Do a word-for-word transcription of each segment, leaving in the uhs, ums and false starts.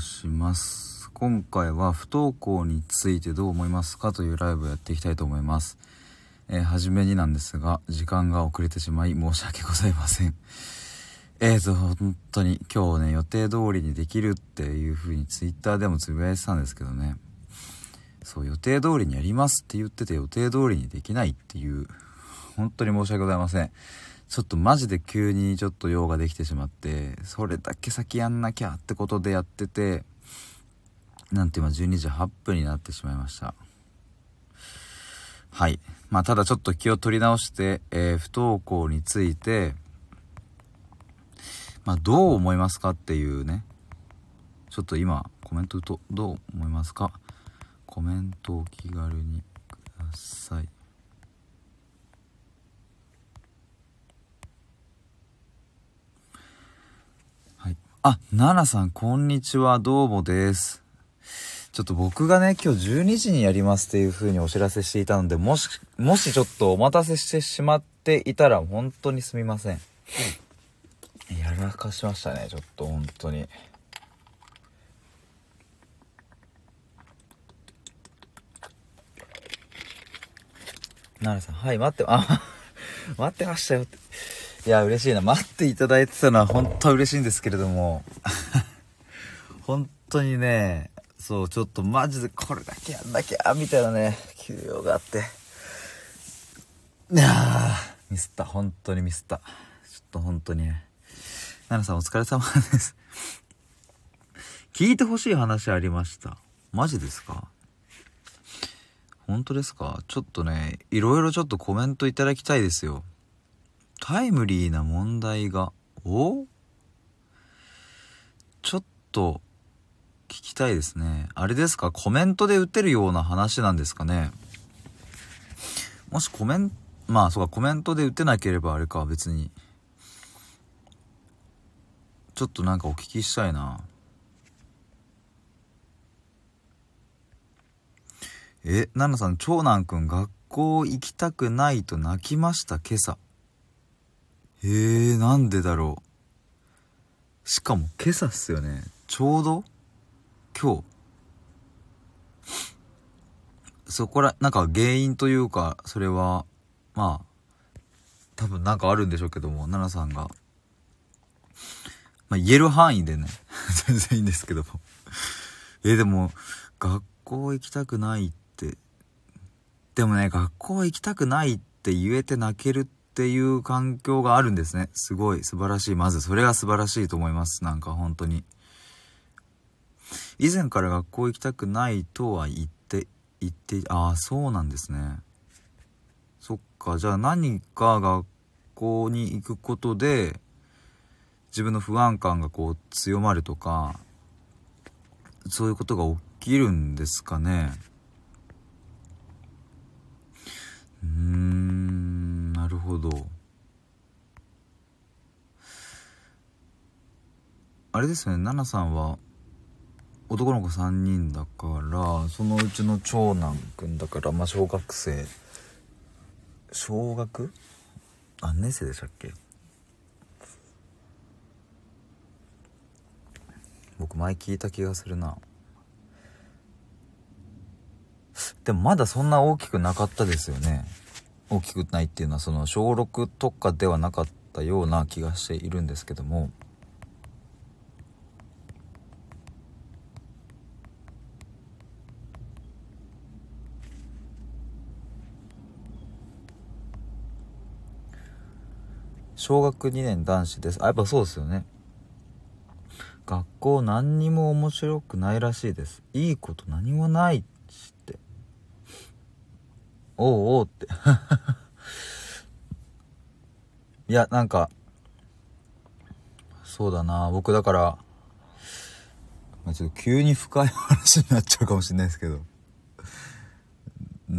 します。今回は不登校についてどう思いますかというライブをやっていきたいと思います。えー、初めになんですが、時間が遅れてしまい申し訳ございません。えーと本当に今日ね、予定通りにできるっていう風にツイッターでもつぶやいてたんですけどね、そう予定通りにやりますって言ってて予定通りにできないっていう、本当に申し訳ございません。ちょっとマジで急にちょっと用ができてしまって、それだけ先やんなきゃってことでやってて、なんて今じゅうにじはっぷんになってしまいました。はい。まあただちょっと気を取り直して、えー、不登校について、まあどう思いますかっていうね、ちょっと今コメントとどう思いますか、コメントをお気軽にください。あ、ナナさんこんにちは、どうもです。ちょっと僕がね、今日じゅうにじにやりますっていう風にお知らせしていたので、もし、もしちょっとお待たせしてしまっていたら本当にすみません。やらかしましたね、ちょっと本当に。ナナさん、はい、待って、あ、待ってましたよって。いや、嬉しいな。待っていただいてたのは本当は嬉しいんですけれども、本当にね、そう、ちょっとマジでこれだけやんなきゃ、みたいなね、休養があって。いやー、ミスった。本当にミスった。ちょっと本当にね。ナナさんお疲れ様です。聞いてほしい話ありました。マジですか？本当ですか？ちょっとね、いろいろちょっとコメントいただきたいですよ。タイムリーな問題が、お？ちょっと聞きたいですね。あれですか？コメントで打てるような話なんですかね？もしコメント、まあそうか、コメントで打てなければあれか、別に。ちょっとなんかお聞きしたいな。え、ナナさん、長男くん学校行きたくないと泣きました、今朝。えー、なんでだろう。しかも今朝っすよね。ちょうど今日。そこら、なんか原因というか、それは、まあ、多分なんかあるんでしょうけども、ナナさんが、まあ言える範囲でね、全然いいんですけども。え、でも、学校行きたくないって、でもね、学校行きたくないって言えて泣けるっていう環境があるんですね。すごい素晴らしい。まずそれが素晴らしいと思います。なんか本当に。以前から学校行きたくないとは言って、言って、ああ、そうなんですね。そっか、じゃあ何か学校に行くことで、自分の不安感がこう強まるとか、そういうことが起きるんですかね。うーん、なるほど。あれですね、ナナさんは男の子さんにんだから、そのうちの長男くんだから、まあ小学生、小学何年生でしたっけ？僕前聞いた気がするな。でもまだそんな大きくなかったですよね。大きくないっていうのはその小ろくとかではなかったような気がしているんですけども、小学にねん男子です。あ、やっぱそうですよね。学校何にも面白くないらしいです。いいこと何もないしって。おうおうっていや、なんかそうだな、僕だから、まあ、ちょっと急に深い話になっちゃうかもしれないですけど、うん、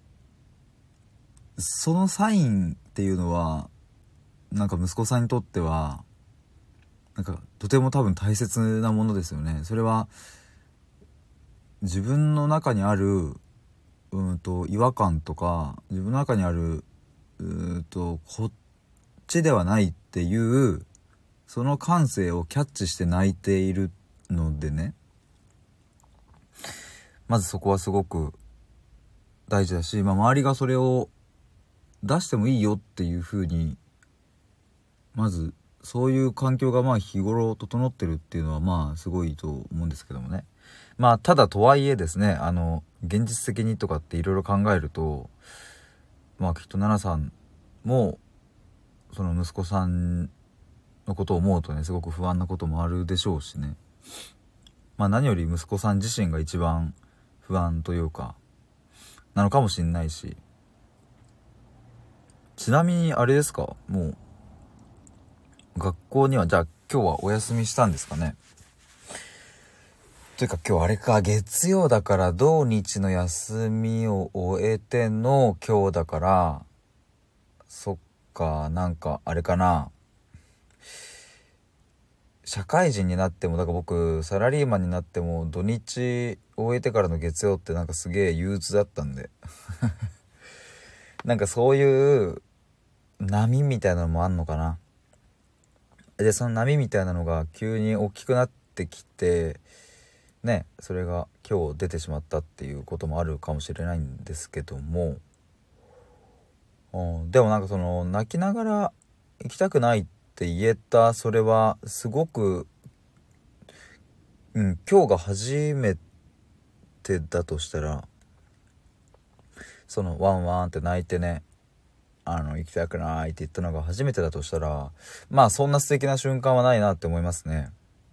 そのサインっていうのはなんか息子さんにとってはなんかとても多分大切なものですよね。それは自分の中にあるうんと違和感とか、自分の中にあるうんとこっちではないっていうその感性をキャッチして泣いているのでね、まずそこはすごく大事だし、まあ、周りがそれを出してもいいよっていう風に、まずそういう環境がまあ日頃整ってるっていうのはまあすごいと思うんですけどもね。まあただとはいえですね、あの現実的にとかっていろいろ考えると、まあきっと奈々さんもその息子さんのことを思うとね、すごく不安なこともあるでしょうしね。まあ何より息子さん自身が一番不安というかなのかもしれないし。ちなみにあれですか、もう学校にはじゃあ今日はお休みしたんですかね。というか今日あれか、月曜だから土日の休みを終えての今日だから、そっか、なんかあれかな、社会人になっても、だから僕サラリーマンになっても土日終えてからの月曜ってなんかすげえ憂鬱だったんでなんかそういう波みたいなのもあんのかな。でその波みたいなのが急に大きくなってきてね、それが今日出てしまったっていうこともあるかもしれないんですけども、うん、でもなんかその泣きながら行きたくないって言えた、それはすごく、うん、今日が初めてだとしたら、そのワンワンって泣いてね、あの行きたくないって言ったのが初めてだとしたら、まあそんな素敵な瞬間はないなって思いますね。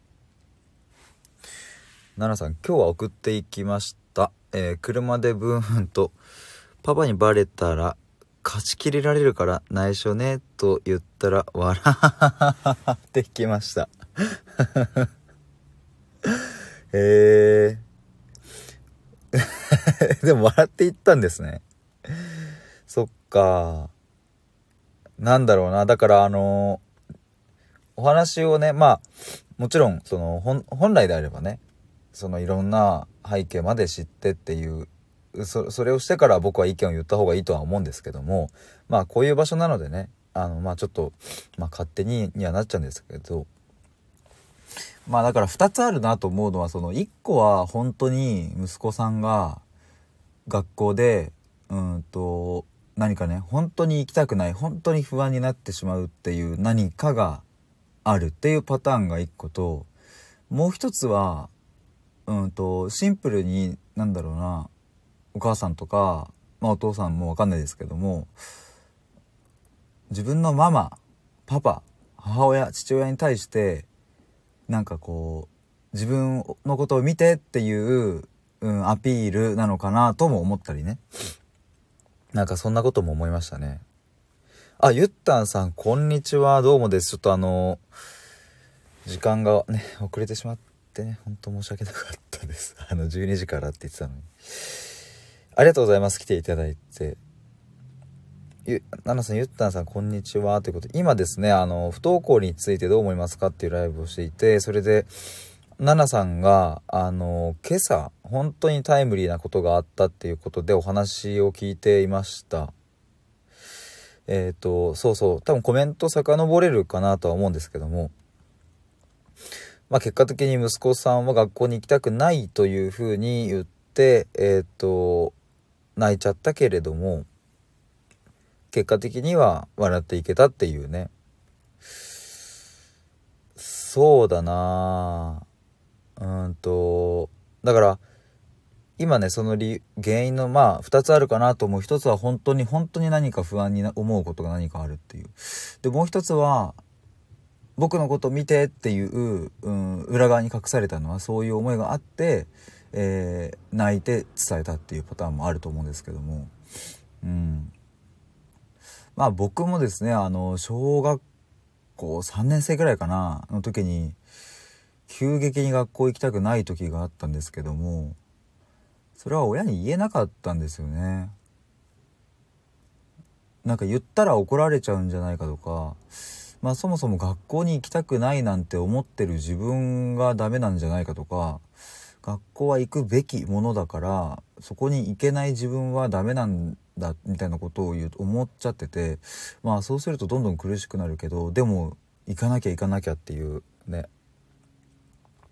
奈々さん、今日は送っていきました、えー、車でブーンとパパにバレたら勝ち切れられるから内緒ねと言ったら笑ってきましたへえでも笑って言ったんですね。そっか、なんだろうな、だからあのー、お話をね、まあもちろんその本本来であればね、そのいろんな背景まで知ってっていうそ, それをしてから僕は意見を言った方がいいとは思うんですけども、まあこういう場所なのでね、あのまあちょっと、まあ、勝手ににはなっちゃうんですけど、まあだからふたつあるなと思うのは、そのいっこは本当に息子さんが学校でうんと何かね、本当に行きたくない、本当に不安になってしまうっていう何かがあるっていうパターンがいっこと、もう一つはうんとシンプルになんだろうな、お母さんとか、まあ、お父さんもわかんないですけども、自分のママ、パパ、母親、父親に対してなんかこう自分のことを見てっていう、うん、アピールなのかなとも思ったりね、なんかそんなことも思いましたね。あ、ゆったんさんこんにちは、どうもです。ちょっとあの時間がね遅れてしまってね、本当申し訳なかったです。あのじゅうにじからって言ってたのに。ありがとうございます、来ていただいて。ゆななさん、ゆったんさんこんにちはということで、今ですね、あの不登校についてどう思いますかっていうライブをしていて、それでななさんがあの今朝本当にタイムリーなことがあったっていうことでお話を聞いていました。えっとそうそう、多分コメント遡れるかなとは思うんですけども、まあ結果的に息子さんは学校に行きたくないというふうに言ってえっと泣いちゃったけれども、結果的には笑っていけたっていうね。そうだなうーんとだから今ね、その理原因のまあふたつあるかなと思う。ひとつは本当に本当に何か不安に思うことが何かあるっていう。でもう一つは僕のこと見てっていう、うん、裏側に隠されたのはそういう思いがあって、えー、泣いて伝えたっていうパターンもあると思うんですけども、うん、まあ僕もですね、あの小学校さんねん生ぐらいかなの時に急激に学校行きたくない時があったんですけども、それは親に言えなかったんですよね。なんか言ったら怒られちゃうんじゃないかとか、まあそもそも学校に行きたくないなんて思ってる自分がダメなんじゃないかとか、学校は行くべきものだからそこに行けない自分はダメなんだみたいなことを言う思っちゃってて、まあそうするとどんどん苦しくなるけど、でも行かなきゃ行かなきゃっていうね、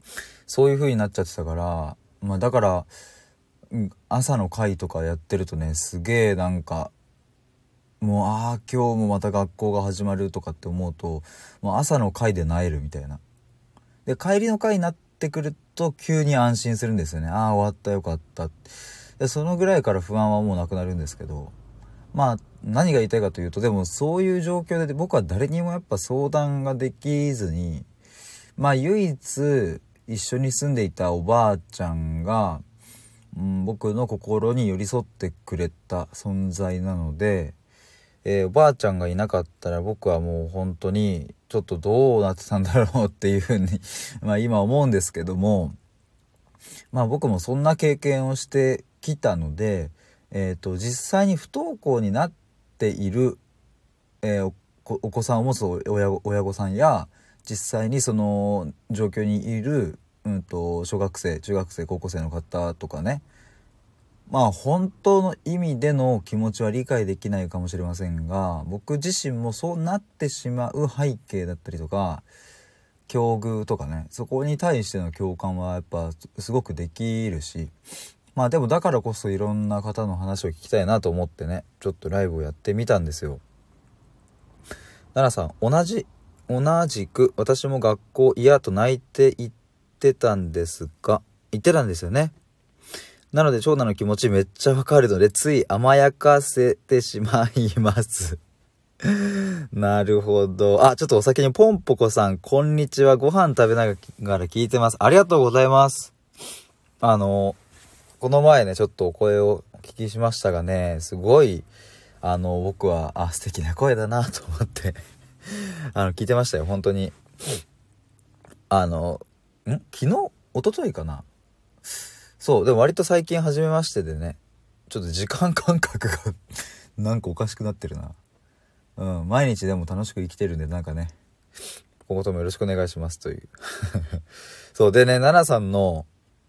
そういう風になっちゃってたから、まあだから、うん、朝の会とかやってるとね、すげえなんか、もうああ今日もまた学校が始まるとかって思うと、もう朝の会で萎えるみたいな。で帰りの会になってくると急に安心するんですよね。ああ終わったよかった。でそのぐらいから不安はもうなくなるんですけど、まあ何が言いたいかというと、でもそういう状況で僕は誰にもやっぱ相談ができずに、まあ唯一一緒に住んでいたおばあちゃんが、うん、僕の心に寄り添ってくれた存在なので、えー、おばあちゃんがいなかったら僕はもう本当にちょっとどうなってたんだろうっていうふうにまあ今思うんですけども、まあ僕もそんな経験をしてきたので、えーと、実際に不登校になっている、えー、お, お子さんを持つ親, 親御さんや、実際にその状況にいる、うんと、小学生中学生高校生の方とかね、まあ本当の意味での気持ちは理解できないかもしれませんが、僕自身もそうなってしまう背景だったりとか境遇とかね、そこに対しての共感はやっぱすごくできるし、まあでもだからこそいろんな方の話を聞きたいなと思ってね、ちょっとライブをやってみたんですよ。奈々さん、同じ同じく私も学校嫌と泣いて言ってたんですが言ってたんですよね。なので長男の気持ちめっちゃわかるので、つい甘やかせてしまいますなるほど。あ、ちょっとお先にポンポコさん、こんにちは。ご飯食べながら聞いてます。ありがとうございます。あのこの前ねちょっとお声をお聞きしましたがね、すごいあの僕はあ素敵な声だなと思ってあの聞いてましたよ。本当にあのん昨日一昨日かな。そうでも割と最近初めましてでね、ちょっと時間感覚がなんかおかしくなってるな。うん、毎日でも楽しく生きてるんで、なんかね今後ともよろしくお願いしますというそうでね、奈々さんの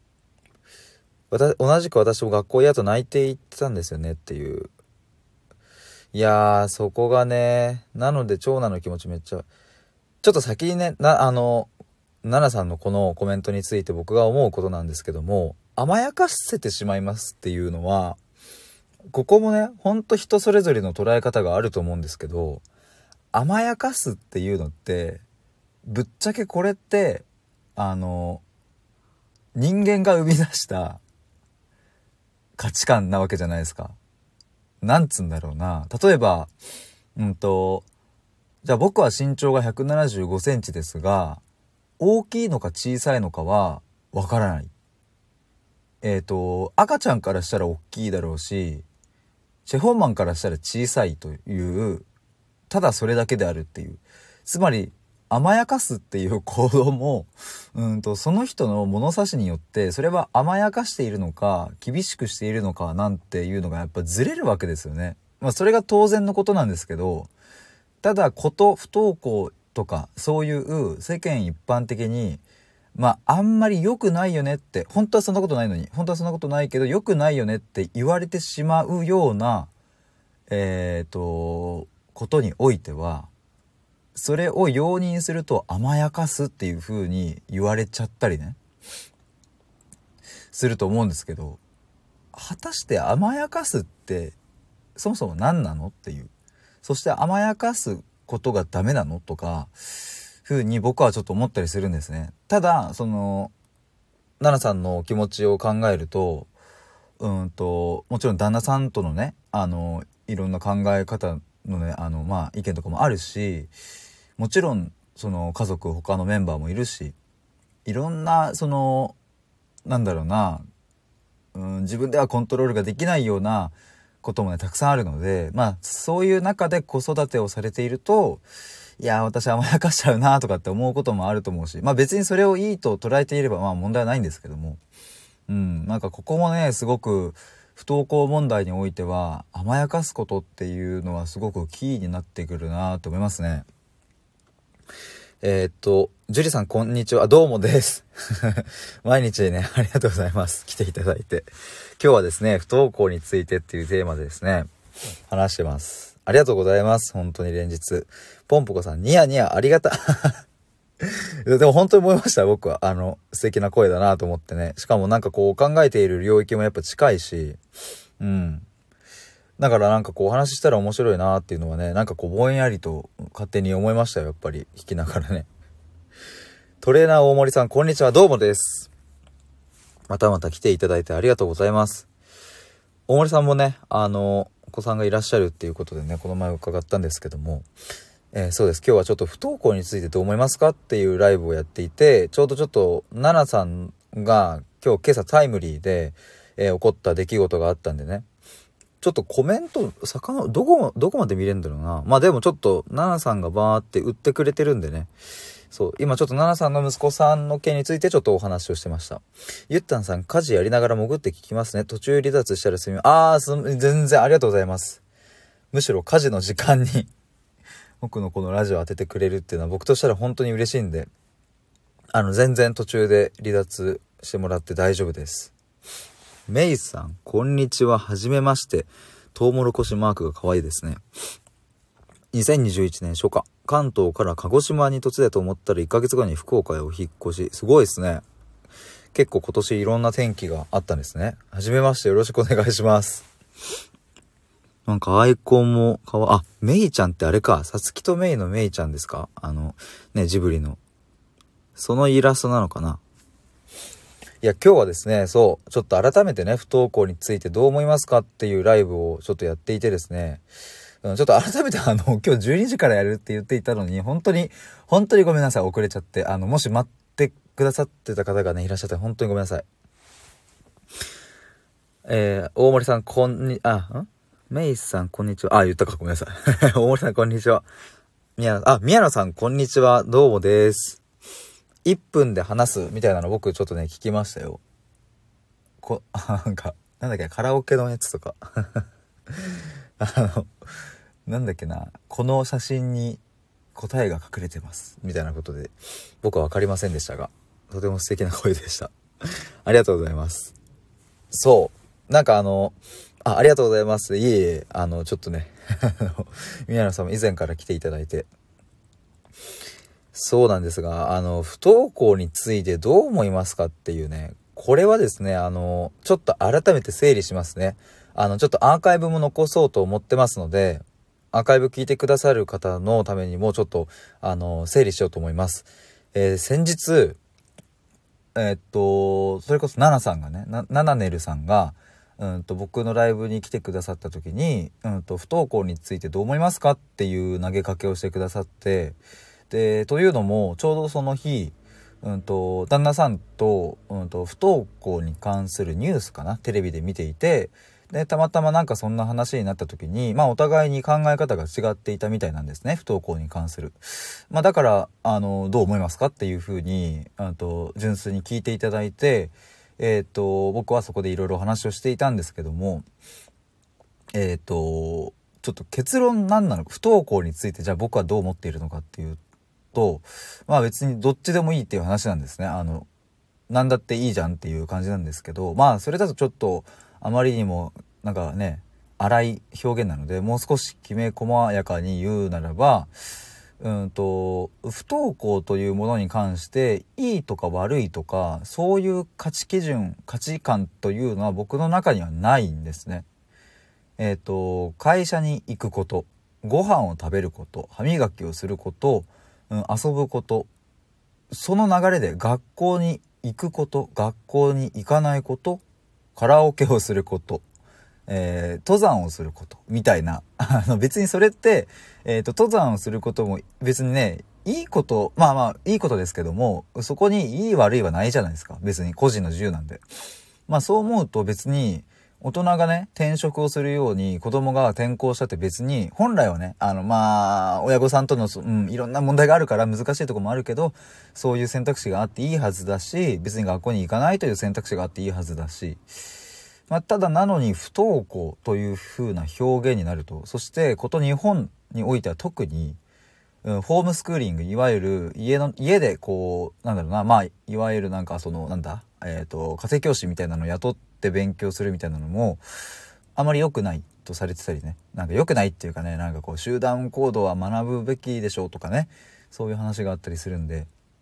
同じく私も学校嫌と泣いていってたんですよねっていう。いやーそこがね、なので長男の気持ちめっちゃちょっと先にねなあの奈々さんのこのコメントについて僕が思うことなんですけども、甘やかせてしまいますっていうのは、ここもねほんと人それぞれの捉え方があると思うんですけど、甘やかすっていうのってぶっちゃけこれってあの人間が生み出した価値観なわけじゃないですか。なんつうんだろうな、例えばうんとじゃあ僕は身長がひゃくななじゅうごセンチですが、大きいのか小さいのかはわからない。えっと赤ちゃんからしたら大きいだろうし、シェフォンマンからしたら小さいという、ただそれだけであるっていう。つまり甘やかすっていう行動もうんとその人の物差しによって、それは甘やかしているのか厳しくしているのかなんていうのがやっぱずれるわけですよね。まあそれが当然のことなんですけど、ただこと不登校とかそういう世間一般的にまああんまり良くないよねって、本当はそんなことないのに、本当はそんなことないけど良くないよねって言われてしまうようなえっとことにおいては、それを容認すると甘やかすっていう風に言われちゃったりねすると思うんですけど、果たして甘やかすってそもそも何なのっていう、そして甘やかすことがダメなのとか風に僕はちょっと思ったりするんですね。ただその奈々さんの気持ちを考えると、うんともちろん旦那さんとのねあのいろんな考え方のねあのまあ意見とかもあるし、もちろんその家族他のメンバーもいるし、いろんなそのなんだろうな、うん、自分ではコントロールができないようなこともねたくさんあるので、まあそういう中で子育てをされていると、いや私甘やかしちゃうなとかって思うこともあると思うし、まあ別にそれをいいと捉えていればまあ問題はないんですけども、うんなんかここもねすごく不登校問題においては甘やかすことっていうのはすごくキーになってくるなと思いますね。えー、っとジュリさんこんにちは。どうもです毎日ねありがとうございます、来ていただいて。今日はですね不登校についてっていうテーマでですね話してます。ありがとうございます。本当に連日ポンポコさんニヤニヤありがたでも本当に思いました、僕は。あの、素敵な声だなと思ってね。しかもなんかこう考えている領域もやっぱ近いし、うん。だからなんかこうお話ししたら面白いなっていうのはね、なんかこうぼんやりと勝手に思いましたよ、やっぱり。聞きながらね。トレーナー大森さん、こんにちは、どうもです。またまた来ていただいてありがとうございます。大森さんもね、あの、お子さんがいらっしゃるっていうことでね、この前伺ったんですけども、えー、そうです。今日はちょっと不登校についてどう思いますかっていうライブをやっていて、ちょうどちょっと、ナナさんが今日今朝タイムリーで、えー、起こった出来事があったんでね、ちょっとコメント、さかの、どこ、どこまで見れるんだろうな。まあでもちょっと、ナナさんがバーって売ってくれてるんでね、そう、今ちょっとナナさんの息子さんの件についてちょっとお話をしてました。ゆったんさん、家事やりながら潜って聞きますね。途中離脱したらすみません。あーす、全然ありがとうございます。むしろ家事の時間に僕のこのラジオ当ててくれるっていうのは僕としたら本当に嬉しいんで、あの全然途中で離脱してもらって大丈夫です。メイさん、こんにちは、はじめまして。トウモロコシマークが可愛いですね。にせんにじゅういちねん初夏、関東から鹿児島に嫁いだと思ったらいっかげつごに福岡へお引っ越し。すごいですね。結構今年いろんな天気があったんですね。はじめまして、よろしくお願いします。なんかアイコンもかわ、あ、メイちゃんってあれか、さつきとメイのメイちゃんですか？あの、ね、ジブリの。そのイラストなのかな？いや、今日はですね、そう、ちょっと改めてね、不登校についてどう思いますかっていうライブをちょっとやっていてですね、うん、ちょっと改めてあの、今日じゅうにじからやるって言っていたのに、本当に、本当にごめんなさい、遅れちゃって、あの、もし待ってくださってた方がね、いらっしゃって、本当にごめんなさい。えー、大森さん、こんに、あ、んメイさん、こんにちは。あ、言ったか、ごめんなさい。大森さん、こんにちは。宮野、あ、宮野さん、こんにちは。どうもです。いっぷんで話すみたいなの僕ちょっとね、聞きましたよ。こ、なんか、なんだっけ、カラオケのやつとか。あの、なんだっけな、この写真に答えが隠れてます。みたいなことで、僕はわかりませんでしたが、とても素敵な声でした。ありがとうございます。そう。なんかあの、あ、ありがとうございます。いえいえ、あの、ちょっとね、宮野さんも以前から来ていただいて。そうなんですが、あの、不登校についてどう思いますかっていうね、これはですね、あの、ちょっと改めて整理しますね。あの、ちょっとアーカイブも残そうと思ってますので、アーカイブ聞いてくださる方のためにもちょっと、あの、整理しようと思います。えー、先日、えーっと、それこそナナさんがね、なナナネルさんが、うんと僕のライブに来てくださった時に、うんと不登校についてどう思いますかっていう投げかけをしてくださって、でというのもちょうどその日、うんと旦那さんと、うんと不登校に関するニュースかな、テレビで見ていて、でたまたまなんかそんな話になった時に、まあお互いに考え方が違っていたみたいなんですね、不登校に関する。まあだからあのどう思いますかっていうふうに、うんと純粋に聞いていただいて、えっと僕はそこでいろいろ話をしていたんですけども、えっとちょっと結論何なのか、不登校についてじゃあ僕はどう思っているのかっていうと、まあ別にどっちでもいいっていう話なんですね。あのなんだっていいじゃんっていう感じなんですけど、まあそれだとちょっとあまりにもなんかね、荒い表現なので、もう少しきめ細やかに言うならば、うんと不登校というものに関していいとか悪いとかそういう価値基準、価値観というのは僕の中にはないんですね。えっと会社に行くこと、ご飯を食べること、歯磨きをすること、うん、遊ぶこと、その流れで学校に行くこと、学校に行かないこと、カラオケをすること、えー、登山をすることみたいな、あの別にそれって、えーと、登山をすることも別にね、いいこと、まあまあいいことですけども、そこにいい悪いはないじゃないですか。別に個人の自由なんで。まあそう思うと別に大人がね、転職をするように子供が転校したって別に本来はね、あのまあ親御さんとの、うん、いろんな問題があるから難しいところもあるけど、そういう選択肢があっていいはずだし、別に学校に行かないという選択肢があっていいはずだし、まあ、ただなのに不登校という風な表現になると、そしてこと日本においては特に、うん、ホームスクーリング、いわゆる家の家でこうなんだろうな、まあいわゆるなんかそのなんだ、えっと家庭教師みたいなのを雇って勉強するみたいなのもあまり良くないとされてたりね、なんか良くないっていうかね、なんかこう集団行動は学ぶべきでしょうとかね、そういう話があったりするんで、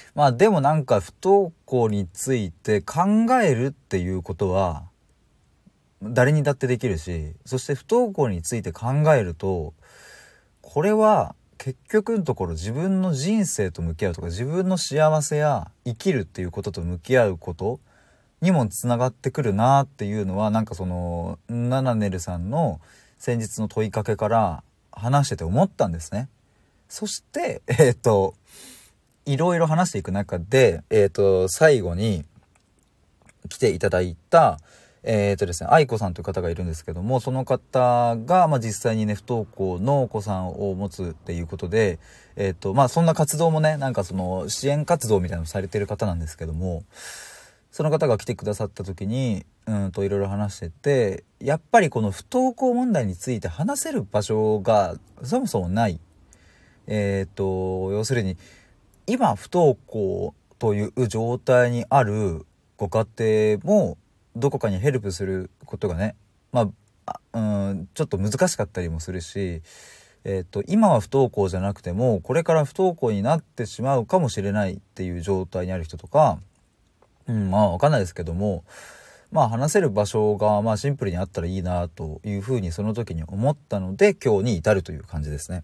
まあでもなんか不登校について考えるっていうことは誰にだってできるし、そして不登校について考えると、これは結局のところ自分の人生と向き合うとか、自分の幸せや生きるっていうことと向き合うことにもつながってくるなっていうのは、なんかそのナナネルさんの先日の問いかけから話してて思ったんですね。そしてえっといろいろ話していく中で、えっと最後に来ていただいたえっとですね愛子さんという方がいるんですけども、その方がまあ実際にね不登校のお子さんを持つっていうことで、えっとまあそんな活動もね、なんかその支援活動みたいなのをされてる方なんですけども、その方が来てくださった時にうんといろいろ話してて、やっぱりこの不登校問題について話せる場所がそもそもない。えっと要するに今不登校という状態にあるご家庭もどこかにヘルプすることがね、まあ、うん、ちょっと難しかったりもするし、えっと今は不登校じゃなくてもこれから不登校になってしまうかもしれないっていう状態にある人とか、うん、まあわかんないですけども、まあ話せる場所がまあシンプルにあったらいいなというふうにその時に思ったので、今日に至るという感じですね。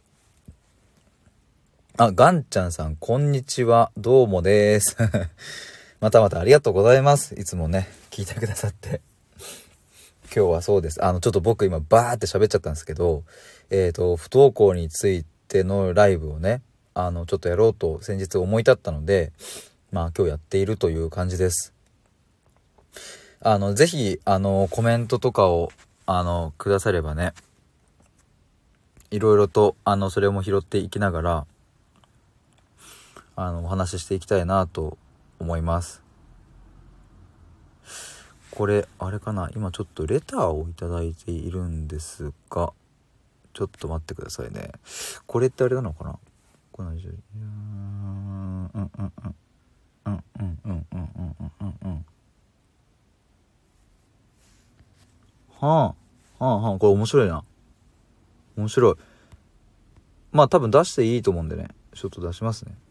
あ、ガンちゃんさん、こんにちは。どうもです。またまたありがとうございます。いつもね、聞いてくださって。今日はそうです。あの、ちょっと僕今バーって喋っちゃったんですけど、えっと、不登校についてのライブをね、あの、ちょっとやろうと先日思い立ったので、まあ今日やっているという感じです。あの、ぜひ、あの、コメントとかを、あの、くださればね、いろいろと、あの、それも拾っていきながら、あのお話ししていきたいなと思います。これあれかな、今ちょっとレターをいただいているんですが、ちょっと待ってくださいね。これってあれなのかな、このうんうんうんうんうんうんうんうんうんうんうんはあはあはあ、これ面白いな、面白い。まあ多分出していいと思うんでね、ちょっと出しますね。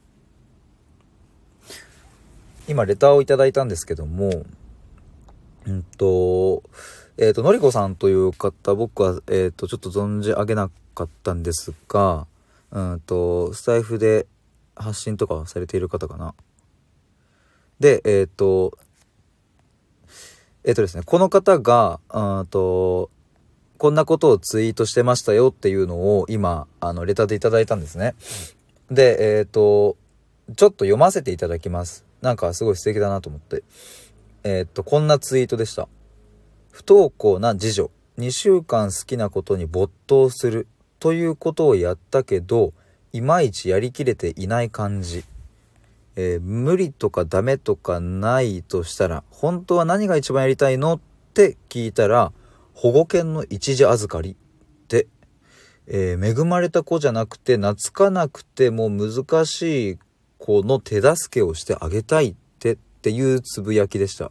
今レターをいただいたんですけども、うんとえっとのりこさんという方、僕はえっとちょっと存じ上げなかったんですが、うんとスタイフで発信とかされている方かな。でえっとえっとですねこの方がうんとこんなことをツイートしてましたよっていうのを今あのレターでいただいたんですね。でえっとちょっと読ませていただきます。なんかすごい素敵だなと思って。えー、っとこんなツイートでした。不登校な次女、にしゅうかん好きなことに没頭するということをやったけどいまいちやりきれていない感じ、えー、無理とかダメとかないとしたら本当は何が一番やりたいのって聞いたら、保護犬の一時預かりで、えー、恵まれた子じゃなくて懐かなくても難しい子の手助けをしてあげたいってっていうつぶやきでした。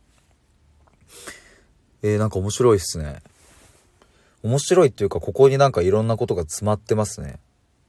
えー、なんか面白いっすね。面白いっていうか、ここになんかいろんなことが詰まってますね。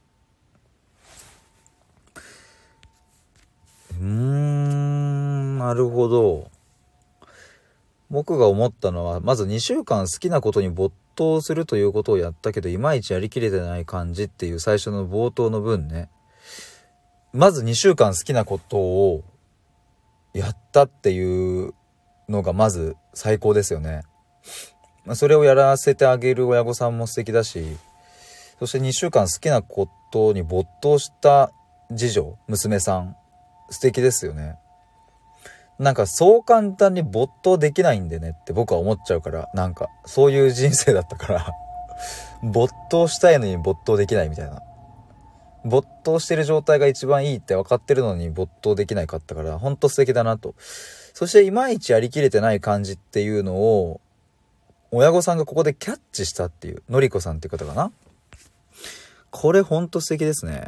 うーん、なるほど。僕が思ったのは、まずにしゅうかん好きなことに没頭するということをやったけどいまいちやりきれてない感じっていう最初の冒頭の文ね。まずにしゅうかん好きなことをやったっていうのがまず最高ですよね。それをやらせてあげる親御さんも素敵だし、そしてにしゅうかん好きなことに没頭した次女、娘さん、素敵ですよね。なんかそう簡単に没頭できないんでねって僕は思っちゃうから、なんかそういう人生だったから没頭したいのに没頭できないみたいな、没頭してる状態が一番いいって分かってるのに没頭できないかったから、ほんと素敵だなと。そしていまいちやりきれてない感じっていうのを親御さんがここでキャッチしたっていう、のりこさんっていう方かな。これほんと素敵ですね。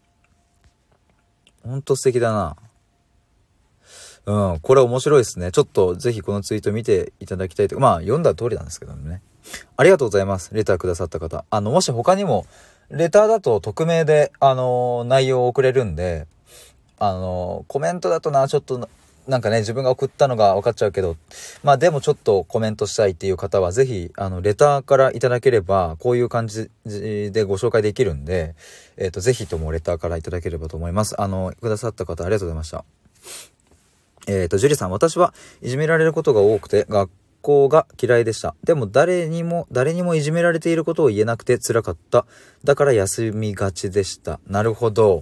ほんと素敵だな。うん、これ面白いですね。ちょっとぜひこのツイート見ていただきたいと。まあ読んだ通りなんですけどね。ありがとうございます。レターくださった方。あの、もし他にもレターだと匿名であのー、内容を送れるんで、 あのコメントだとなちょっとなんかね自分が送ったのが分かっちゃうけど、まあでもちょっとコメントしたいっていう方はぜひあのレターからいただければこういう感じでご紹介できるんで、えっとぜひともレターからいただければと思います。あのくださった方ありがとうございました。えっとジュリさん、私はいじめられることが多くて学校が嫌いでした。でも誰にも誰にもいじめられていることを言えなくて辛かった。だから休みがちでした。なるほど。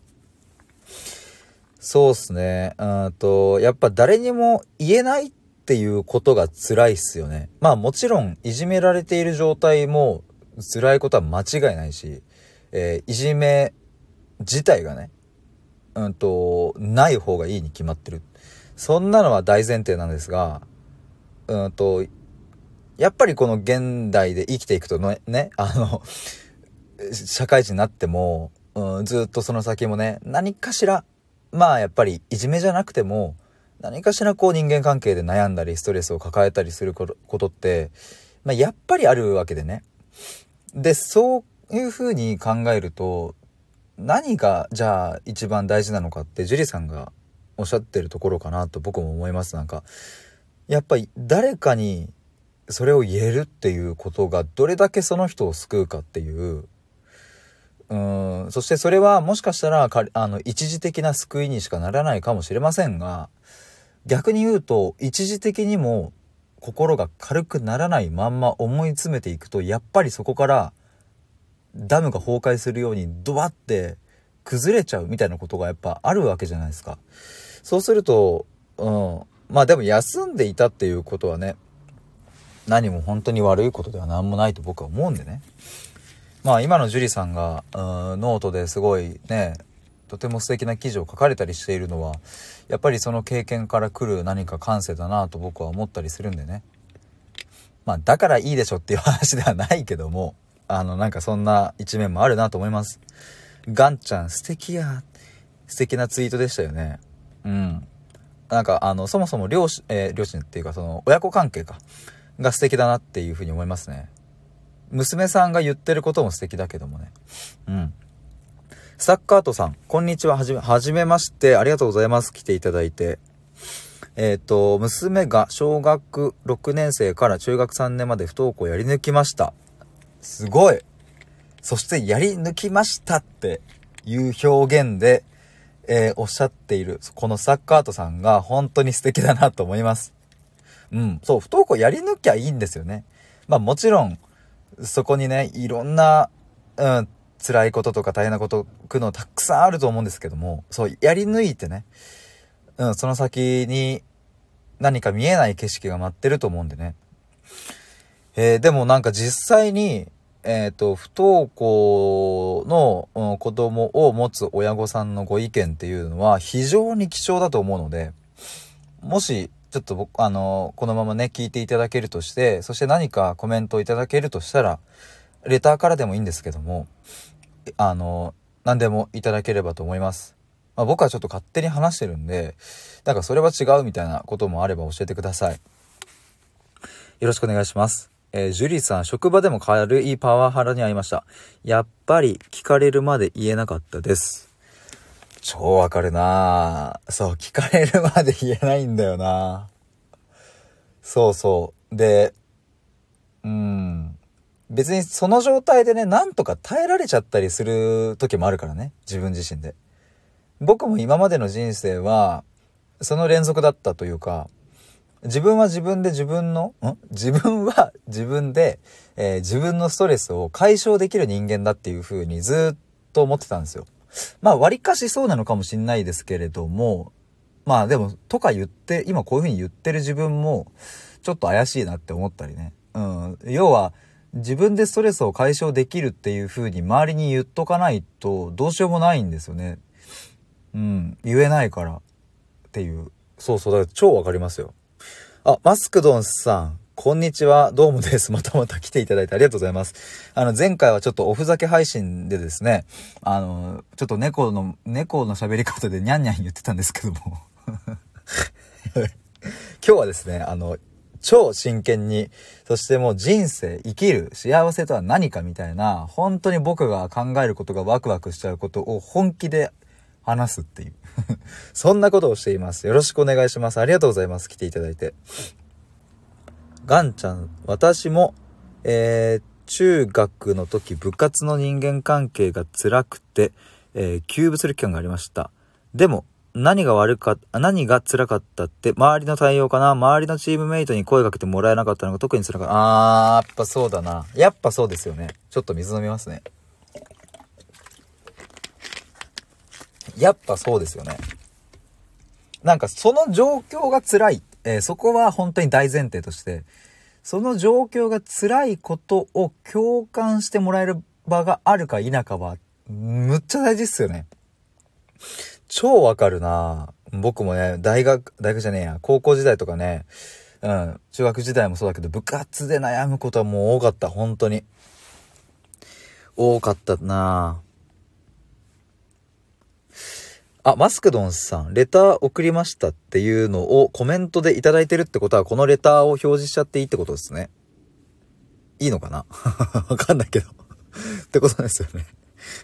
そうっすね。うんと、やっぱ誰にも言えないっていうことが辛いっすよね。まあもちろんいじめられている状態も辛いことは間違いないし、えー、いじめ自体がね、うんと、ない方がいいに決まってる。そんなのは大前提なんですが、うんと、やっぱりこの現代で生きていくとね、ねあの、社会人になっても、うん、ずっとその先もね、何かしら、まあやっぱりいじめじゃなくても何かしらこう人間関係で悩んだりストレスを抱えたりすることって、まあ、やっぱりあるわけでね。でそういう風に考えると何がじゃあ一番大事なのかってジュリさんがおっしゃってるところかなと僕も思います。なんかやっぱり誰かにそれを言えるっていうことがどれだけその人を救うかっていううーんそしてそれはもしかしたらかあの一時的な救いにしかならないかもしれませんが、逆に言うと一時的にも心が軽くならないまんま思い詰めていくと、やっぱりそこからダムが崩壊するようにドワって崩れちゃうみたいなことがやっぱあるわけじゃないですか。そうすると、うん、まあでも休んでいたっていうことはね、何も本当に悪いことでは何もないと僕は思うんでね。まあ今のジュリさんがノートですごいねとても素敵な記事を書かれたりしているのはやっぱりその経験から来る何か感性だなと僕は思ったりするんでね。まあだからいいでしょっていう話ではないけども、あのなんかそんな一面もあるなと思います。ガンちゃん素敵や、素敵なツイートでしたよね。うん。なんかあのそもそも両親、えー、両親っていうかその親子関係かが素敵だなっていうふうに思いますね。娘さんが言ってることも素敵だけどもね。うん。スタッカートさん、こんにちは。はじめ、はじめまして。ありがとうございます。来ていただいて。えっと、娘が小学ろくねん生から中学さんねんまで不登校やり抜きました。すごい。そしてやり抜きましたっていう表現で、えー、おっしゃっている、このスタッカートさんが本当に素敵だなと思います。うん。そう、不登校やり抜きゃいいんですよね。まあもちろん、そこにねいろんな、うん、辛いこととか大変なこと苦悩たくさんあると思うんですけども、そうやり抜いてね、うん、その先に何か見えない景色が待ってると思うんでね。えー、でもなんか実際にえっと不登校の、うん、子供を持つ親御さんのご意見っていうのは非常に貴重だと思うので、もしちょっと僕あのこのままね聞いていただけるとして、そして何かコメントをいただけるとしたらレターからでもいいんですけども、あの何でもいただければと思います。まあ、僕はちょっと勝手に話してるんで、なんかそれは違うみたいなこともあれば教えてください。よろしくお願いします。えー、ジュリーさん、職場でも軽いパワハラに遭いました。やっぱり聞かれるまで言えなかったです。超わかるなぁ。そう、聞かれるまで言えないんだよな。そうそう。で、うーん。別にその状態でね、なんとか耐えられちゃったりする時もあるからね。自分自身で。僕も今までの人生は、その連続だったというか、自分は自分で自分の、ん自分は自分で、えー、自分のストレスを解消できる人間だっていう風にずっと思ってたんですよ。まあ割かしそうなのかもしれないですけれども、まあでもとか言って今こういう風に言ってる自分もちょっと怪しいなって思ったりね。うん、要は自分でストレスを解消できるっていう風に周りに言っとかないとどうしようもないんですよね。うん、言えないからっていう。そうそう、だから超わかりますよ。あ、マスクドンさん。こんにちは、どうもです。またまた来ていただいてありがとうございます。あの、前回はちょっとおふざけ配信でですね、あの、ちょっと猫の、猫の喋り方でニャンニャン言ってたんですけども。今日はですね、あの、超真剣に、そしてもう人生、生きる、幸せとは何かみたいな、本当に僕が考えることがワクワクしちゃうことを本気で話すっていうそんなことをしています。よろしくお願いします。ありがとうございます。来ていただいて。ガンちゃん、私も、えー、中学の時部活の人間関係が辛くて、えー、休部する期間がありました。でも何が悪か何が辛かったって周りの対応かな。周りのチームメイトに声かけてもらえなかったのが特に辛かった。あーやっぱそうだな。やっぱそうですよね。ちょっと水飲みますね。やっぱそうですよね。なんかその状況が辛い、えー、そこは本当に大前提として、その状況が辛いことを共感してもらえる場があるか否かはむっちゃ大事っすよね。超わかるな。僕もね、大学大学じゃねえや高校時代とかね、うん、中学時代もそうだけど部活で悩むことはもう多かった。本当に多かったな。あ、マスクドンさん、レター送りましたっていうのをコメントでいただいてるってことは、このレターを表示しちゃっていいってことですね。いいのかなわかんないけど。ってことですよね。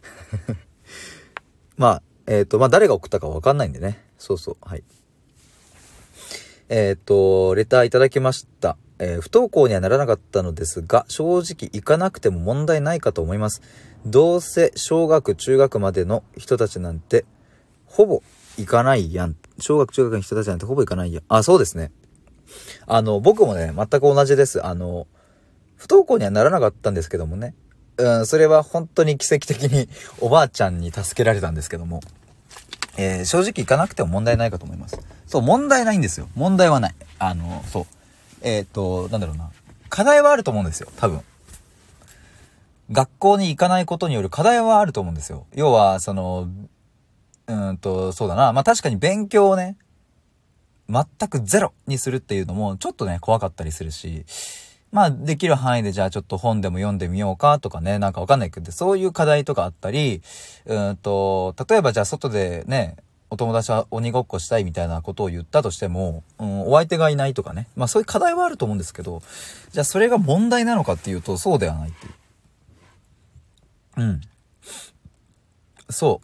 まあ、えっと、まあ、誰が送ったかわかんないんでね。そうそう、はい。えっと、レターいただきました。えー、不登校にはならなかったのですが、正直行かなくても問題ないかと思います。どうせ小学、中学までの人たちなんて、ほぼ行かないやん。小学中学の人たちなんてほぼ行かないやん。あ、そうですね。あの、僕もね、全く同じです。あの、不登校にはならなかったんですけどもね。うん、それは本当に奇跡的におばあちゃんに助けられたんですけども。えー、正直行かなくても問題ないかと思います。そう、問題ないんですよ。問題はない。あの、そう。えっと、なんだろうな。課題はあると思うんですよ。多分。学校に行かないことによる課題はあると思うんですよ。要は、その、うーんと、そうだな。まあ、確かに勉強をね、全くゼロにするっていうのもちょっとね、怖かったりするし、まあ、できる範囲でじゃあちょっと本でも読んでみようかとかね、なんかわかんないけど、そういう課題とかあったり、うーんと、例えばじゃあ外でね、お友達は鬼ごっこしたいみたいなことを言ったとしても、うん、お相手がいないとかね。まあそういう課題はあると思うんですけど、じゃあそれが問題なのかっていうと、そうではないっていう。うん。そう。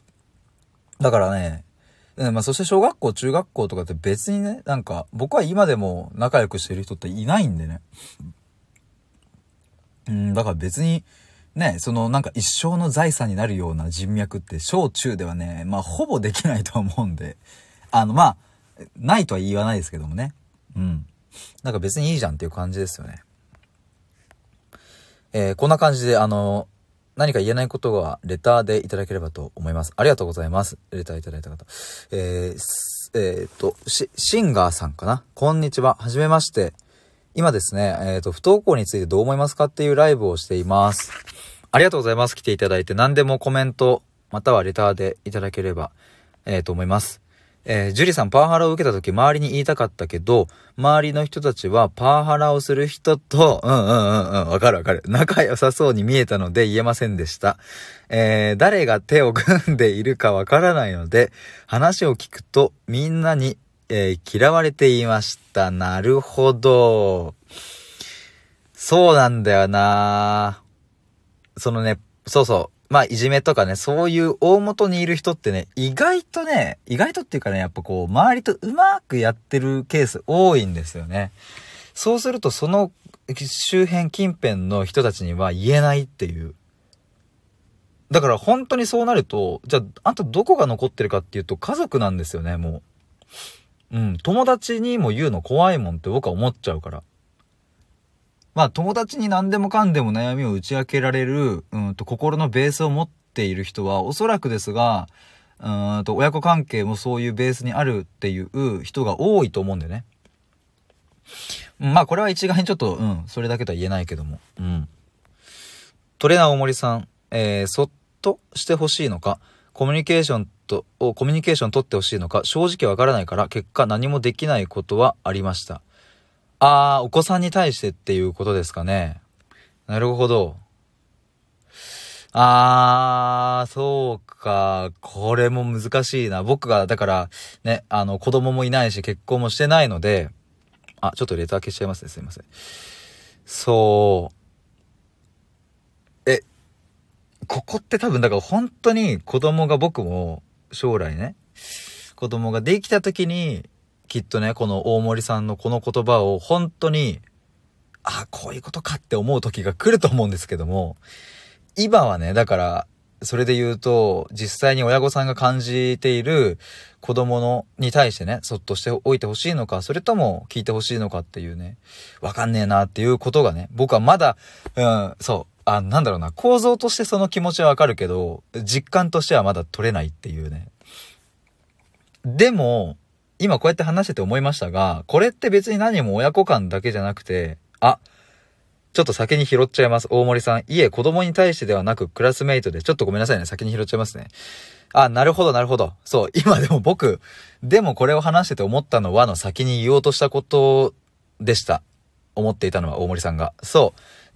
だからね、うん、まあそして小学校、中学校とかって別にね、なんか僕は今でも仲良くしてる人っていないんでね。うん、だから別に、ね、そのなんか一生の財産になるような人脈って小中ではね、まあほぼできないと思うんで、あのまあ、ないとは言わないですけどもね。うん。なんか別にいいじゃんっていう感じですよね。えー、こんな感じであの、何か言えないことはレターでいただければと思います。ありがとうございます。レターいただいた方。えー、えー、っと、シ、シンガーさんかな。こんにちは。はじめまして。今ですね、えっと、不登校についてどう思いますかっていうライブをしています。ありがとうございます。来ていただいて、何でもコメント、またはレターでいただければ、えー、と思います。えー、ジュリさん、パワハラを受けた時、周りに言いたかったけど、周りの人たちは、パワハラをする人と、うんうんうんうん、わかるわかる。仲良さそうに見えたので言えませんでした。えー、誰が手を組んでいるかわからないので、話を聞くと、みんなに、えー、嫌われていました。なるほど。そうなんだよな。そのね、そうそう。まあ、いじめとかね、そういう大元にいる人ってね、意外とね、意外とっていうかね、やっぱこう、周りとうまくやってるケース多いんですよね。そうすると、その周辺近辺の人たちには言えないっていう。だから本当にそうなると、じゃあ、あとどこが残ってるかっていうと、家族なんですよね、もう。うん、友達にも言うの怖いもんって僕は思っちゃうから。まあ友達に何でもかんでも悩みを打ち明けられる、うんと心のベースを持っている人はおそらくですが、うんと親子関係もそういうベースにあるっていう人が多いと思うんだよね。まあこれは一概にちょっと、うん、それだけとは言えないけども。うん。トレーナー大森さん、えー、そっとしてほしいのか、コミュニケーションと、コミュニケーション取ってほしいのか、正直わからないから、結果何もできないことはありました。あー、お子さんに対してっていうことですかね。なるほど。あー、そうか。これも難しいな。僕が、だから、ね、あの、子供もいないし、結婚もしてないので、あ、ちょっとレター消しちゃいますね。すいません。そう。え、ここって多分、だから本当に子供が僕も、 将来ね、子供ができた時に、きっとね、この大森さんのこの言葉を本当に、あ、こういうことかって思う時が来ると思うんですけども、今はね、だから、それで言うと、実際に親御さんが感じている子供のに対してね、そっとしておいてほしいのか、それとも聞いてほしいのかっていうね、わかんねえなっていうことがね、僕はまだ、うん、そう、あ、なんだろうな、構造としてその気持ちはわかるけど、実感としてはまだ取れないっていうね。でも、今こうやって話してて思いましたが、これって別に何も親子間だけじゃなくて、あ、ちょっと先に拾っちゃいます。大森さん。いえ、子供に対してではなくクラスメイトで、ちょっとごめんなさいね。先に拾っちゃいますね。あ、なるほど、なるほど。そう、今でも僕、でもこれを話してて思ったのはの先に言おうとしたことでした。思っていたのは大森さんが。そう。